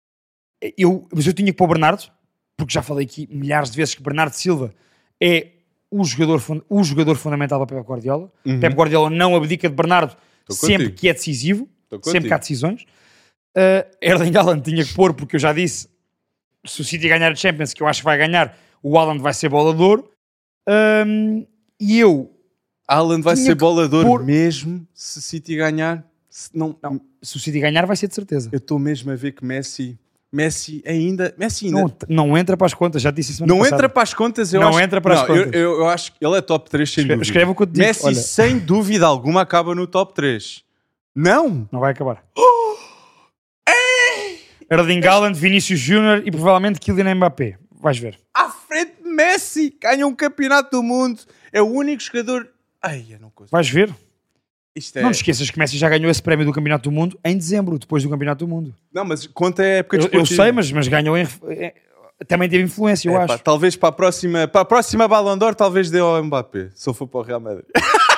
Eu, mas eu tinha que pôr o Bernardo, porque já falei aqui milhares de vezes que Bernardo Silva é o jogador, fun- o jogador fundamental para Pep Guardiola. Uhum. Pep Guardiola não abdica de Bernardo Tô sempre contigo. que é decisivo, Tô sempre contigo. que há decisões. Uh, Erling Haaland tinha que pôr, porque eu já disse, se o City ganhar a Champions, que eu acho que vai ganhar, o Haaland vai ser bola de ouro. Um, e eu... Haaland vai ser bola de ouro pôr... mesmo se o City ganhar? Se, não, não, se o City ganhar vai ser de certeza. Eu estou mesmo a ver que Messi... Messi ainda... Messi ainda... Não, não entra para as contas, já disse isso. Não passada. entra para as contas, eu não acho... entra para não, as contas. Eu, eu, eu acho que ele é top três sem escreve, dúvida. Escreve o que eu te digo. Messi, Olha, sem dúvida alguma, acaba no top três. Não! Não vai acabar. Oh! Erling Haaland, Vinícius Júnior e provavelmente Kylian Mbappé. Vais ver. À frente de Messi, ganha um campeonato do mundo. É o único jogador... Ai, eu não consigo. Vais ver. Isto é... Não te esqueças que Messi já ganhou esse prémio do Campeonato do Mundo em dezembro, depois do Campeonato do Mundo. Não, mas conta a época eu, eu sei, mas, mas ganhou em... Também teve influência, eu é, acho. Pá, talvez para a próxima, para a próxima Ballon d'Or, talvez dê ao Mbappé, se eu for para o Real Madrid.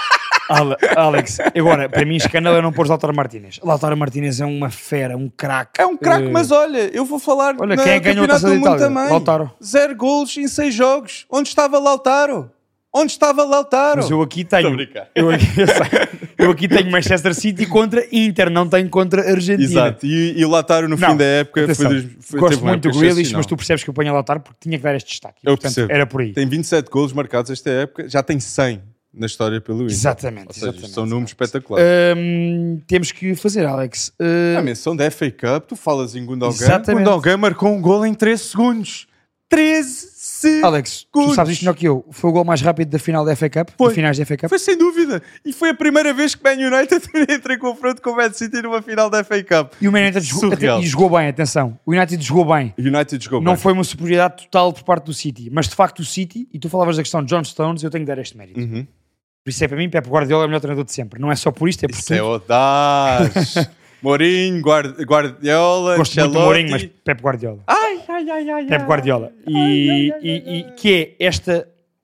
Alex, agora, para mim, escândalo é não pôr Lautaro Martínez. Lautaro Martínez é uma fera, um craque. É um craque, uh... mas olha, eu vou falar olha, na quem é que ganhou a Taça da Itália? Também. Lautaro. Zero golos em seis jogos. Onde estava Lautaro? Onde estava Lautaro? Mas eu aqui tenho... brincar. Eu aqui, eu aqui tenho Manchester City contra Inter, não tenho contra Argentina. Exato, e, e o Lautaro no não, fim da época... Atenção, foi, foi, gosto muito do Grealish, mas tu tu percebes que eu ponho a Lautaro porque tinha que dar este destaque. Eu Portanto, percebo. Era por aí. Tem vinte e sete golos marcados esta época, já tem cem na história pelo Inter. Exatamente. Ou seja, exatamente, são números exatamente. espetaculares. Um, temos que fazer, Alex. Uh... A menção da F A Cup, tu falas em Gundogan. Exatamente. Gundogan marcou um gol em treze segundos. treze segundos. Alex, tu sabes isto melhor que eu. Foi o gol mais rápido da final da F A Cup? Foi. De finais da F A Cup? Foi sem dúvida. E foi a primeira vez que Man United entra em confronto com o Man City numa final da F A Cup. E o Man United jogou, até, e jogou bem, atenção. O United jogou bem. O United jogou Não bem. foi uma superioridade total por parte do City. Mas de facto o City, e tu falavas da questão de John Stones, eu tenho que dar este mérito. Uhum. Por isso é para mim, Pep Guardiola é o melhor treinador de sempre. Não é só por isto, é por Isso tudo. é audaz. Mourinho, Guard Guardiola, Gosto Ancelotti. muito do Mourinho, mas Pep Guardiola. Ai, ai, ai, ai. Pep Guardiola. E, ai, ai, ai, e, ai. e que é esta,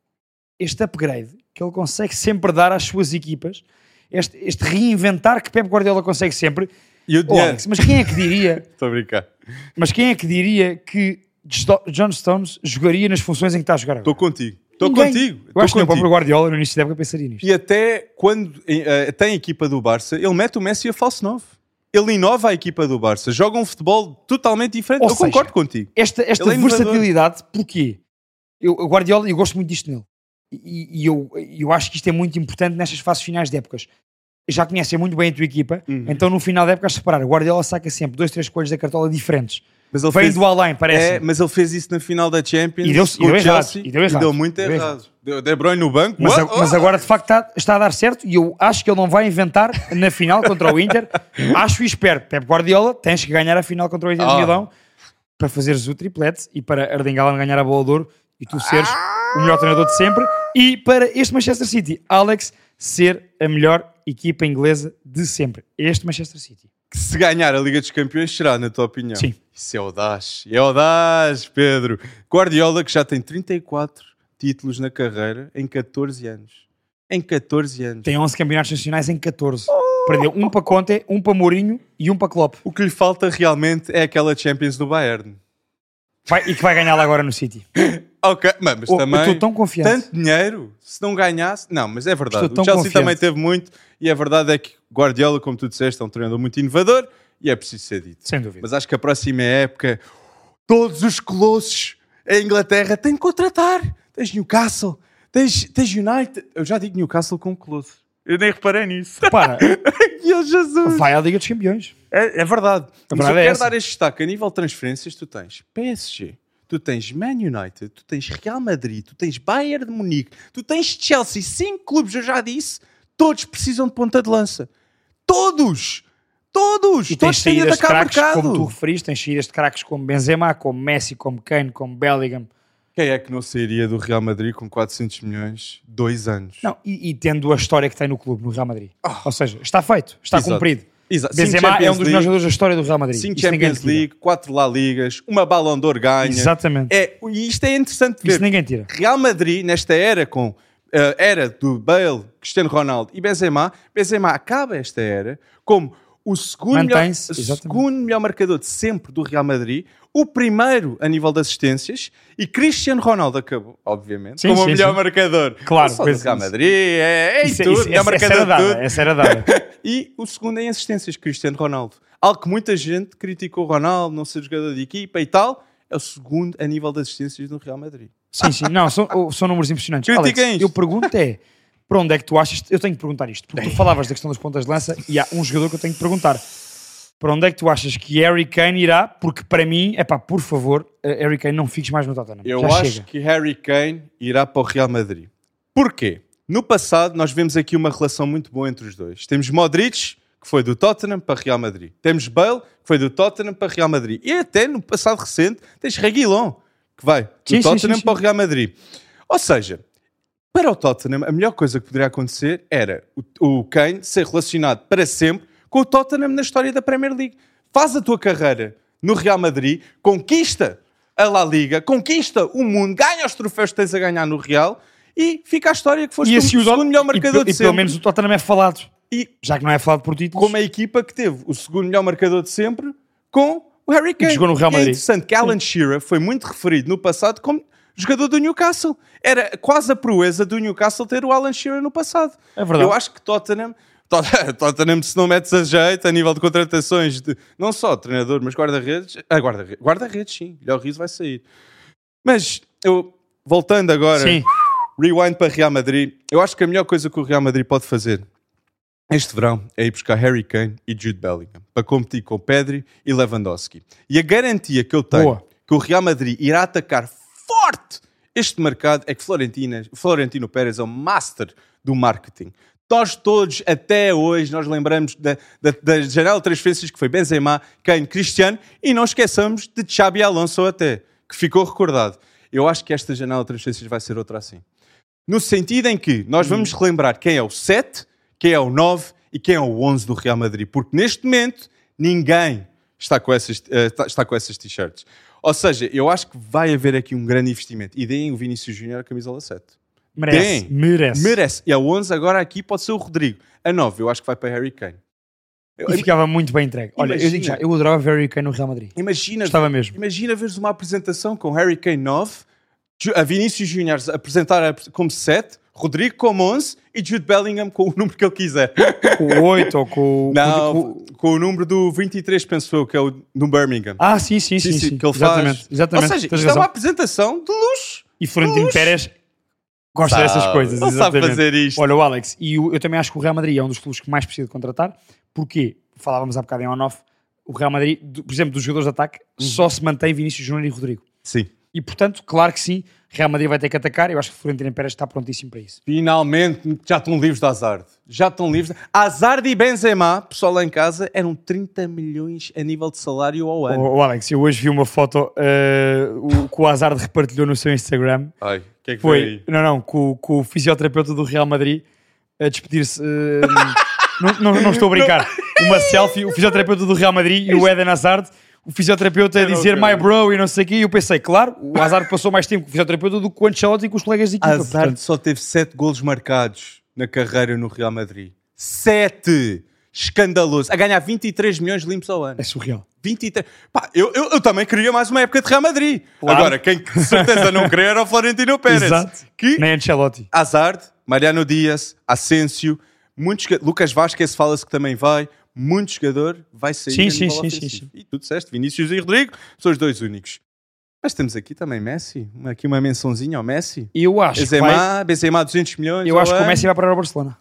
este upgrade que ele consegue sempre dar às suas equipas, este, este reinventar que Pep Guardiola consegue sempre. E o Oh, dinheiro? Alex, mas quem é que diria... Estou a brincar. Mas quem é que diria que John Stones jogaria nas funções em que está a jogar agora? Estou contigo. Estou Ninguém. contigo. Eu acho que nem o contigo. próprio Guardiola no início da época pensaria nisto. E até quando uh, tem a equipa do Barça, ele mete o Messi a falso novo. Ele inova a equipa do Barça. Joga um futebol totalmente diferente. Ou eu seja, concordo contigo. Esta, esta Ele é inovador. versatilidade, porquê? Eu, o Guardiola, eu gosto muito disto nele. E, e eu, eu acho que isto é muito importante nestas fases finais de épocas. Já conhecem muito bem a tua equipa, Uhum. então no final da época, se reparar, o Guardiola saca sempre dois, três coelhos da cartola diferentes. Mas ele Vem fez... do além, parece. É, mas ele fez isso na final da Champions E deu- com e deu o errado, Chelsea e deu errado. muito Deu errado. Deu De Bruyne no banco. Mas, a- What? mas agora de facto está, está a dar certo e eu acho que ele não vai inventar na final contra o Inter. Acho e espero. Pep Guardiola, tens que ganhar a final contra o Inter de Ah. Milão para fazeres o triplete e para Erling Haaland ganhar a bola de ouro e tu seres o melhor treinador de sempre e para este Manchester City, Alex, ser a melhor equipa inglesa de sempre. Este Manchester City. Que se ganhar a Liga dos Campeões será, na tua opinião? Sim. Isso é audaz. É audaz, Pedro. Guardiola, que já tem trinta e quatro títulos na carreira em catorze anos. Em catorze anos. Tem onze campeonatos nacionais em catorze. Perdeu um para Conte, um para Mourinho e um para Klopp. O que lhe falta realmente é aquela Champions do Bayern. Vai, e que vai ganhá-la agora no City. Ok, mas, mas Oh, eu também... estou tão confiante. Tanto dinheiro, se não ganhasse... Não, mas é verdade. Estou tão O Chelsea confiante. também teve muito e a verdade é que Guardiola, como tu disseste, é um treinador muito inovador e é preciso ser dito. Sem dúvida. Mas acho que a próxima época, todos os colossos em Inglaterra têm que contratar. Tens Newcastle, tens, tens United. Eu já digo Newcastle com colosso. Eu nem reparei nisso. Repara, E oh, Jesus. vai à Liga dos Campeões. É, é verdade. Mas verdade eu é quero essa. dar este destaque. A nível de transferências, tu tens P S G, tu tens Man United, tu tens Real Madrid, tu tens Bayern de Munique, tu tens Chelsea. Cinco clubes, eu já disse, todos precisam de ponta de lança. Todos! Todos! E todos tens têm de saídas de atacar craques, mercado. como tu referiste, tens saídas de craques como Benzema, como Messi, como Kane, como Bellingham. Quem é que não sairia do Real Madrid com quatrocentos milhões, dois anos? Não, e, e tendo a história que tem no clube, no Real Madrid. Ou seja, está feito, está Exato. cumprido. Exato. Cinco Benzema é um Champions dos melhores League, jogadores da história do Real Madrid. cinco Isso ninguém Champions tira. League, quatro La Ligas, uma Ballon d'Or ganha. Exatamente. É, e isto é interessante de ver. Isso ninguém tira. Real Madrid, nesta era com uh, era do Bale, Cristiano Ronaldo e Benzema, Benzema acaba esta era como o segundo, melhor, Mantém-se, o exatamente. segundo melhor marcador de sempre do Real Madrid, o primeiro a nível de assistências, e Cristiano Ronaldo acabou, obviamente, Sim, como o sim, melhor sim. marcador. Claro, Não só do pois Real isso. Madrid, é, é em Isso- tudo, isso- melhor essa- essa marcador era de dada, tudo. essa era dada. E o segundo em assistências, Cristiano Ronaldo. Algo que muita gente criticou o Ronaldo, não ser jogador de equipa e tal, é o segundo a nível de assistências no Real Madrid. Sim, sim, não, são, são números impressionantes. Critiquem Alex, isto. eu pergunto é, para onde é que tu achas, eu tenho que perguntar isto, porque tu falavas da questão das pontas de lança e há um jogador que eu tenho que perguntar, para onde é que tu achas que Harry Kane irá? Porque para mim, é pá, por favor, Harry Kane não fiques mais no Tottenham. Eu Já acho chega. que Harry Kane irá para o Real Madrid. Porquê? No passado, nós vemos aqui uma relação muito boa entre os dois. Temos Modric, que foi do Tottenham para Real Madrid. Temos Bale, que foi do Tottenham para Real Madrid. E até no passado recente, tens Reguilon, que vai do Sim, sim, Tottenham sim, sim. para o Real Madrid. Ou seja, para o Tottenham, a melhor coisa que poderia acontecer era o, o Kane ser relacionado para sempre com o Tottenham na história da Premier League. Faz a tua carreira no Real Madrid, conquista a La Liga, conquista o mundo, ganha os troféus que tens a ganhar no Real e fica a história que foste E o assim o segundo melhor e, marcador e, de e sempre. pelo menos o Tottenham é falado. E Já que não é falado por títulos. como a equipa que teve o segundo melhor marcador de sempre com o Harry Kane. jogou no Real E é Madrid. interessante que Alan Shearer foi muito referido no passado como jogador do Newcastle. Era quase a proeza do Newcastle ter o Alan Shearer no passado. É verdade. Eu acho que Tottenham... Tottenham, se não metes a jeito a nível de contratações de não só treinador, mas guarda-redes, ah, guarda-redes, guarda-redes, sim, Léo Riso vai sair. Mas eu, voltando agora, Sim. rewind para Real Madrid, eu acho que a melhor coisa que o Real Madrid pode fazer este verão é ir buscar Harry Kane e Jude Bellingham para competir com Pedri e Lewandowski. E a garantia que eu tenho Boa. que o Real Madrid irá atacar forte este mercado é que Florentina, Florentino Pérez é o master do marketing. Nós todos, até hoje, nós lembramos da, da, da janela de transferências que foi Benzema, Kane, Cristiano e não esqueçamos de Xabi Alonso até, que ficou recordado. Eu acho que esta janela de transferências vai ser outra assim. No sentido em que nós vamos relembrar quem é o sete, quem é o nove e quem é o onze do Real Madrid. Porque neste momento ninguém está com essas, uh, está com essas t-shirts. Ou seja, eu acho que vai haver aqui um grande investimento. E deem o Vinícius Júnior a camisola sete. Merece, Deem. merece. Merece. E a onze agora aqui pode ser o Rodrigo. A nove eu acho que vai para Harry Kane. Eu- E ficava muito bem entregue. Olha, eu Imagina. digo já, eu adorava ver Harry Kane no Real Madrid. Imagina, Gostava mesmo. imagina veres uma apresentação com Harry Kane nove, Ju- a Vinícius Júnior a apresentar a- como sete, Rodrigo como onze e Jude Bellingham com o número que ele quiser. Com o oito ou com o... Não, com- com o número do vinte e três, penso eu, que é o do Birmingham. Ah, sim, sim, sim. sim, que ele exatamente, faz. Exatamente. Ou seja, tens isto razão. é uma apresentação de luxo. E Florentino Luxo. Pérez gosta Sabe, dessas coisas. ele sabe exatamente. fazer isto. Olha, o Alex, e o- eu também acho que o Real Madrid é um dos clubes que mais precisa de contratar. Porquê? Falávamos há bocado em on-off. O Real Madrid, do- por exemplo, dos jogadores de ataque, Uhum. só se mantém Vinícius Júnior e Rodrigo. Sim. E, portanto, claro que sim, Real Madrid vai ter que atacar. Eu acho que o Florentino Pérez está prontíssimo para isso. Finalmente já estão livres de Hazard. Já estão livres. Hazard e Benzema, pessoal lá em casa, eram trinta milhões a nível de salário ao ano. O Alex, eu hoje vi uma foto uh, o, que o Hazard repartilhou no seu Instagram. Ai, o que é que foi Foi, aí? não, não, com, com o fisioterapeuta do Real Madrid a despedir-se. uh, não, não, não estou a brincar. Uma selfie, o fisioterapeuta do Real Madrid e o Eden Hazard, o fisioterapeuta a Eu não dizer my acredito. bro e não sei o quê. E eu pensei, claro, o Hazard passou mais tempo com o fisioterapeuta do que com o Ancelotti e com os colegas de equipa. Hazard portanto. só teve sete golos marcados na carreira no Real Madrid. sete! Escandaloso. A ganhar vinte e três milhões limpos ao ano. É surreal. vinte e três. Pá, eu, eu, eu também queria mais uma época de Real Madrid. Claro. Agora, quem de certeza não queria era o Florentino Pérez. Exato. Que Nem Ancelotti. Hazard, Mariano Dias, Asensio, muitos, joga- Lucas Vázquez fala-se que também vai. Muito jogador vai sair. Sim, a sim, nível sim, ofensivo. sim, sim. E tu disseste, Vinícius e Rodrigo são os dois únicos. Mas temos aqui também Messi. Uma- Aqui uma mençãozinha ao Messi. Eu acho que vai, Benzema, Benzema duzentos milhões. eu ao acho que o ano. Messi vai parar ao Barcelona.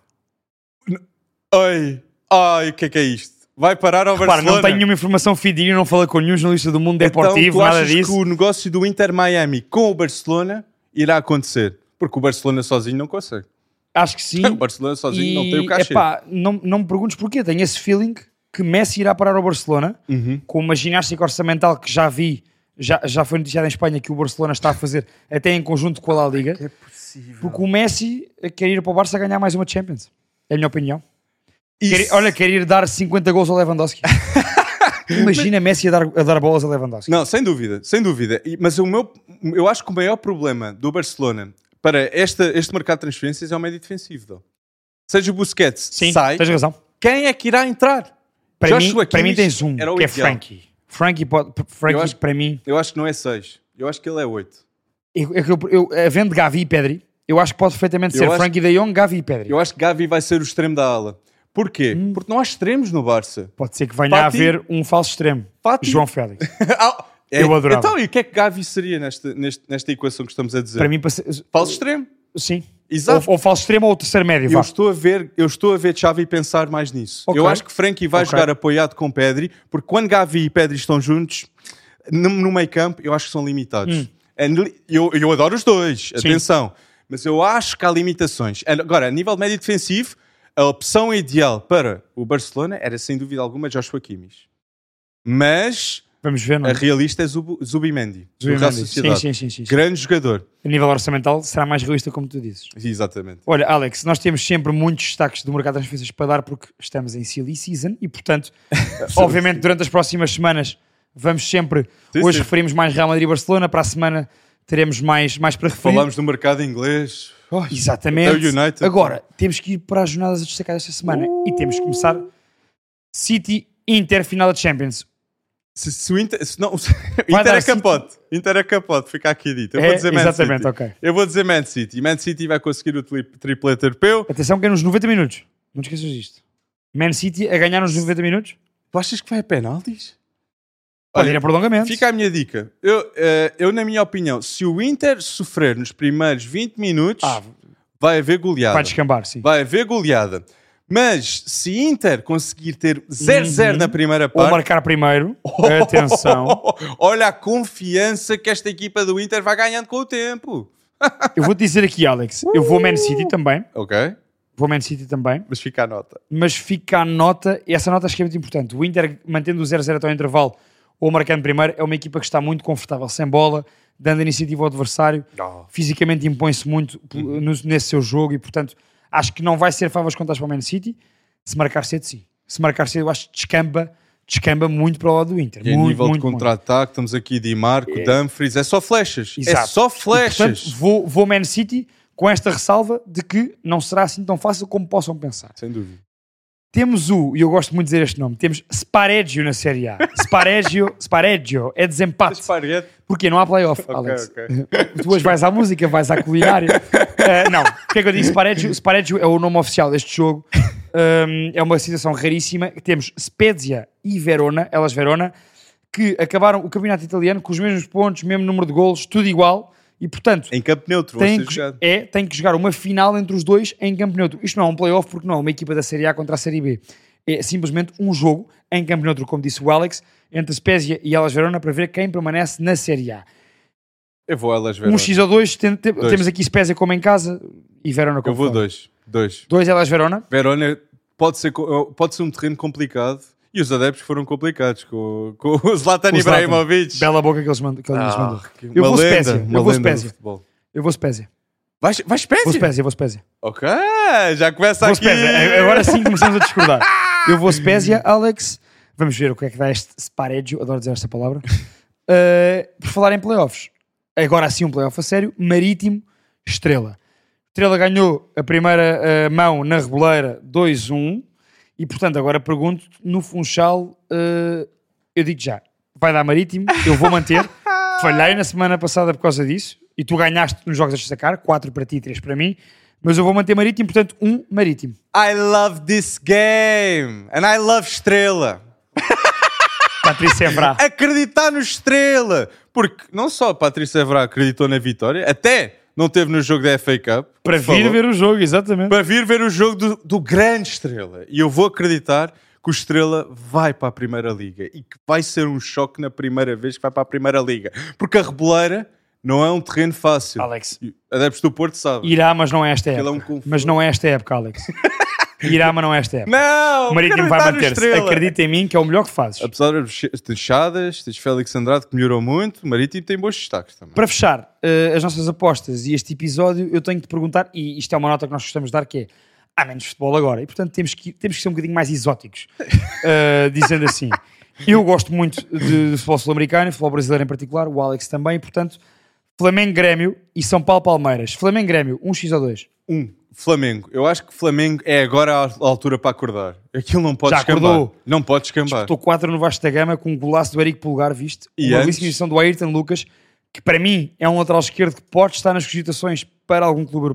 Ai, ai, o que é que é isto? Vai parar ao Repara, Barcelona? não tenho nenhuma informação fidedigna, não falei com nenhum jornalista do mundo Então, deportivo, tu nada achas disso. que o negócio do Inter Miami com o Barcelona irá acontecer? Porque o Barcelona sozinho não consegue. Acho que sim. O Barcelona sozinho não tem o cachê. Epá, não, não me perguntes porquê. Tenho esse feeling que Messi irá parar ao Barcelona Uhum. com uma ginástica orçamental que já vi, já, já foi noticiada em Espanha que o Barcelona está a fazer até em conjunto com a La Liga. É possível. Porque o Messi quer ir para o Barça ganhar mais uma Champions. É a minha opinião. Isso- Quer, olha, quer ir dar cinquenta gols ao Lewandowski. Imagina Messi a dar, a dar bolas a Lewandowski. Não, sem dúvida, sem dúvida. E- Mas o meu, eu acho que o maior problema do Barcelona para esta, este mercado de transferências é o médio defensivo. Though. Seja o Busquets Sim, sai, tens razão. quem é que irá entrar? Para mim, Joshua para mim Kimmich tens um, era o que é ideal. Frankie. Frankie, pode, Frankie Eu acho- para mim... Eu acho que não é seis. Eu acho que ele é oito. Eu, eu, eu, havendo Gavi e Pedri, eu acho que pode perfeitamente Eu ser acho- Frankie de Jong, Gavi e Pedri. Eu acho que Gavi vai ser o extremo da ala. Porquê? Hum. Porque não há extremos no Barça. Pode ser que venha Fati- a haver um falso extremo. Fati- João Félix. Ah, é, Eu adorava. Então, e o que é que Gavi seria nesta, neste, nesta equação que estamos a dizer? Para mim, para ser- Falso extremo. sim. Exato. Ou, ou falso extremo ou o terceiro médio. Eu vá. estou, a ver, eu estou a ver Xavi pensar mais nisso. Ok. Eu acho que Frenkie vai Ok. jogar apoiado com Pedri, porque quando Gavi e Pedri estão juntos, no, no meio campo, eu acho que são limitados. Hum. And- Eu, eu adoro os dois, Sim. atenção. Mas eu acho que há limitações. Agora, a nível médio defensivo, a opção ideal para o Barcelona era, sem dúvida alguma, Joshua Kimmich. Mas Vamos ver, não a é? realista é Zub- Zubimendi, do Real Zubimendi. Sociedade. Sim, sim, sim, sim, sim. Grande jogador. A nível orçamental será mais realista, como tu dizes. Exatamente. Olha, Alex, nós temos sempre muitos destaques do mercado de transferências para dar porque estamos em silly season e, portanto, obviamente, durante as próximas semanas vamos sempre... Sim, hoje sim. referimos mais Real Madrid e Barcelona, para a semana teremos mais, mais para referir. Falamos do mercado inglês. Oh, Exatamente. até o United. Agora, temos que ir para as jornadas a destacar esta semana e temos que começar City Inter final da Champions. Se, se o Inter, se não, o Vai Inter dar é capote. Inter é capote, fica aqui dito. Eu É, vou dizer Man exatamente, City. ok. Eu vou dizer Man City. Man City vai conseguir o tri- triplete europeu. Atenção que é nos noventa minutos. Não te esqueças disto. Man City a ganhar nos noventa minutos. Tu achas que vai a penaltis? Pode Olha, ir a prolongamento. Fica a minha dica. Eu, eh, eu, na minha opinião, se o Inter sofrer nos primeiros vinte minutos, Ah, vai haver goleada. vai descambar, sim. Vai haver goleada. Mas se Inter conseguir ter zero zero Uhum. na primeira Ou parte... marcar primeiro. Atenção. Olha a confiança que esta equipa do Inter vai ganhando com o tempo. Eu vou-te dizer aqui, Alex. Eu vou Man City também. Ok, Vou Man City também. mas fica a nota. Mas fica a nota, e essa nota acho que é muito importante. O Inter, mantendo o zero zero até ao intervalo ou marcando primeiro, é uma equipa que está muito confortável sem bola, dando iniciativa ao adversário, Oh. fisicamente impõe-se muito Uhum. no- nesse seu jogo e, portanto, acho que não vai ser favas contas para o Man City. Se marcar cedo, sim. Se marcar cedo, eu acho que descamba, descamba muito para o lado do Inter. E a muito, nível muito, de contra-ataque, estamos aqui Di Marco, Dumfries, é só flechas. muito. É Exato. só E, flechas. portanto, vou, vou Man City com esta ressalva de que não será assim tão fácil como possam pensar. Sem dúvida. Temos o, e eu gosto muito de dizer este nome, temos Spareggio na Série A. Spareggio, Spareggio é desempate. Esparguete. Porque não há playoff, Ok, Alex. ok. Tu hoje vais à música, vais à culinária. Uh, não, porque é que eu digo Spareggio? Spareggio é o nome oficial deste jogo. Um, é uma situação raríssima. Temos Spezia e Verona, elas Verona, que acabaram o campeonato italiano com os mesmos pontos, mesmo número de golos, tudo igual. E, portanto, Em campo neutro, tem vão ser que, jogados. é, tem que jogar uma final entre os dois em campo neutro. Isto não é um playoff porque não é uma equipa da Série A contra a Série B. É simplesmente um jogo em campo neutro, como disse o Alex, entre Spezia e Elas Verona para ver quem permanece na Série A. Eu vou a Elas Verona. Um x ou dois, tem- tem- Dois. temos aqui Spezia como em casa e Verona como Eu vou fora. dois. Dois. Dois Elas Verona. Verona pode ser, co- pode ser um terreno complicado. E os adeptos foram complicados com, com o Zlatan Com o Zlatan. Ibrahimovic. Bela boca que eles mandam. Que eles nos mandam. Ah, que- Eu uma vou lenda, Spezia, uma eu vou lenda do Spezia. futebol. Eu vou Spezia. Vais, vais Spezia? Vou Spezia, vou Spezia. Ok, já começa Vou aqui. Spezia. Agora sim começamos a discordar. Eu vou Spezia, Alex. Vamos ver o que é que dá este Spareggio. Adoro dizer esta palavra. Uh, por falar em playoffs. Agora sim um playoff a sério. Marítimo, Estrela. Estrela ganhou a primeira uh, mão na reboleira dois um. E portanto agora pergunto no Funchal, uh, eu digo já, vai dar Marítimo, eu vou manter. Falhei na semana passada por causa disso. E tu ganhaste nos jogos a destacar, quatro para ti, três para mim. Mas eu vou manter Marítimo, portanto um Marítimo. I love this game. And I love Estrela. Patrícia Evra. Acreditar no Estrela. Porque não só a Patrícia Evra acreditou na vitória, até não teve no jogo da F A Cup. Para por vir favor. ver o jogo, exatamente. Para vir ver o jogo do, do grande Estrela. E eu vou acreditar que o Estrela vai para a Primeira Liga e que vai ser um choque na primeira vez que vai para a Primeira Liga. Porque a Reboleira não é um terreno fácil. Alex. E adeptos do Porto sabem. Irá, mas não é esta Aquilo é um época. conforto. Mas não é esta época, Alex. Irá, mas não é esta época. Não! O Marítimo vai acreditar no manter-se. Estrela. Acredita em mim que é o melhor que fazes. Apesar de ter Chadas, tens Félix Andrade que melhorou muito, o Marítimo tem bons destaques também. Para fechar uh, as nossas apostas e este episódio, eu tenho que te perguntar, e isto é uma nota que nós gostamos de dar, que é há menos futebol agora, e portanto temos que, temos que ser um bocadinho mais exóticos. Uh, dizendo assim, eu gosto muito de, de futebol sul-americano, futebol brasileiro em particular, o Alex também, e portanto, Flamengo-Grêmio e São Paulo-Palmeiras. Flamengo-Grêmio, um x ou dois? Um, Flamengo. Eu acho que Flamengo é agora a altura para acordar. Aquilo não pode Já escambar. acordou. Não pode escambar. Estou quatro no Vasco da Gama com um golaço do Eric Pulgar, viste? E Uma antes? belíssima edição do Ayrton Lucas, que para mim é um lateral esquerdo que pode estar nas cogitações para algum clube europeu.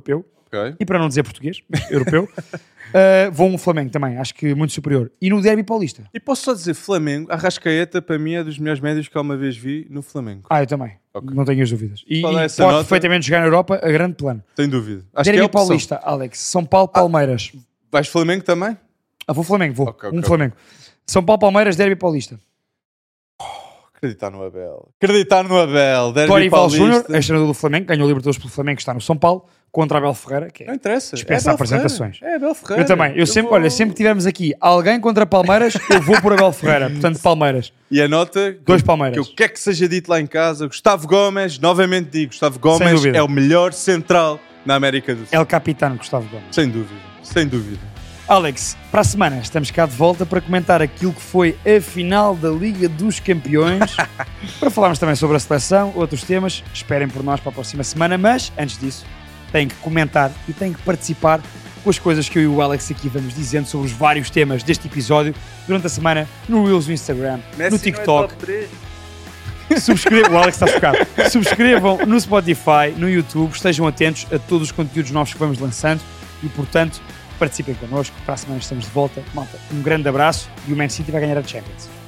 Ok. E para não dizer português, europeu, uh, vou um Flamengo também, acho que muito superior. E no Derby Paulista. E posso só dizer, Flamengo, Arrascaeta para mim é dos melhores médios que alguma vez vi no Flamengo. Ah, eu também. Okay. Não tenho as dúvidas. E, e pode nota, perfeitamente jogar na Europa a grande plano. Sem dúvida. Acho Derby que é a Paulista, Alex. São Paulo, Palmeiras. Ah, vais Flamengo também? Ah, vou Flamengo, vou. Okay, um okay. Flamengo. São Paulo, Palmeiras, Derby Paulista. Acreditar no Abel. Acreditar no Abel. Derby Dorival Paulista. Júnior, ex-treinador do Flamengo, ganhou o Libertadores pelo Flamengo, que está no São Paulo, contra Abel Ferreira, que é não interessa. dispensa é apresentações. Ferreira. É Abel Ferreira. Eu também. Eu, eu sempre, vou... olha, sempre que tivermos aqui alguém contra Palmeiras, eu vou por Abel Ferreira. Portanto, Palmeiras. E a nota Dois Palmeiras. Que eu quero que seja dito lá em casa. Gustavo Gomes, novamente digo, Gustavo Gomes é o melhor central na América do Sul. É o capitão Gustavo Gomes. Sem dúvida. Sem dúvida. Alex, para a semana estamos cá de volta para comentar aquilo que foi a final da Liga dos Campeões, para falarmos também sobre a seleção, outros temas. Esperem por nós para a próxima semana, mas antes disso têm que comentar e têm que participar com as coisas que eu e o Alex aqui vamos dizendo sobre os vários temas deste episódio durante a semana no Reels do Instagram, Messi no TikTok. Subscrevam, o Alex está chocado. Subscrevam no Spotify, no YouTube, estejam atentos a todos os conteúdos novos que vamos lançando e, portanto, participem connosco. Para a semana estamos de volta. Malta, um grande abraço e o Man City vai ganhar a Champions.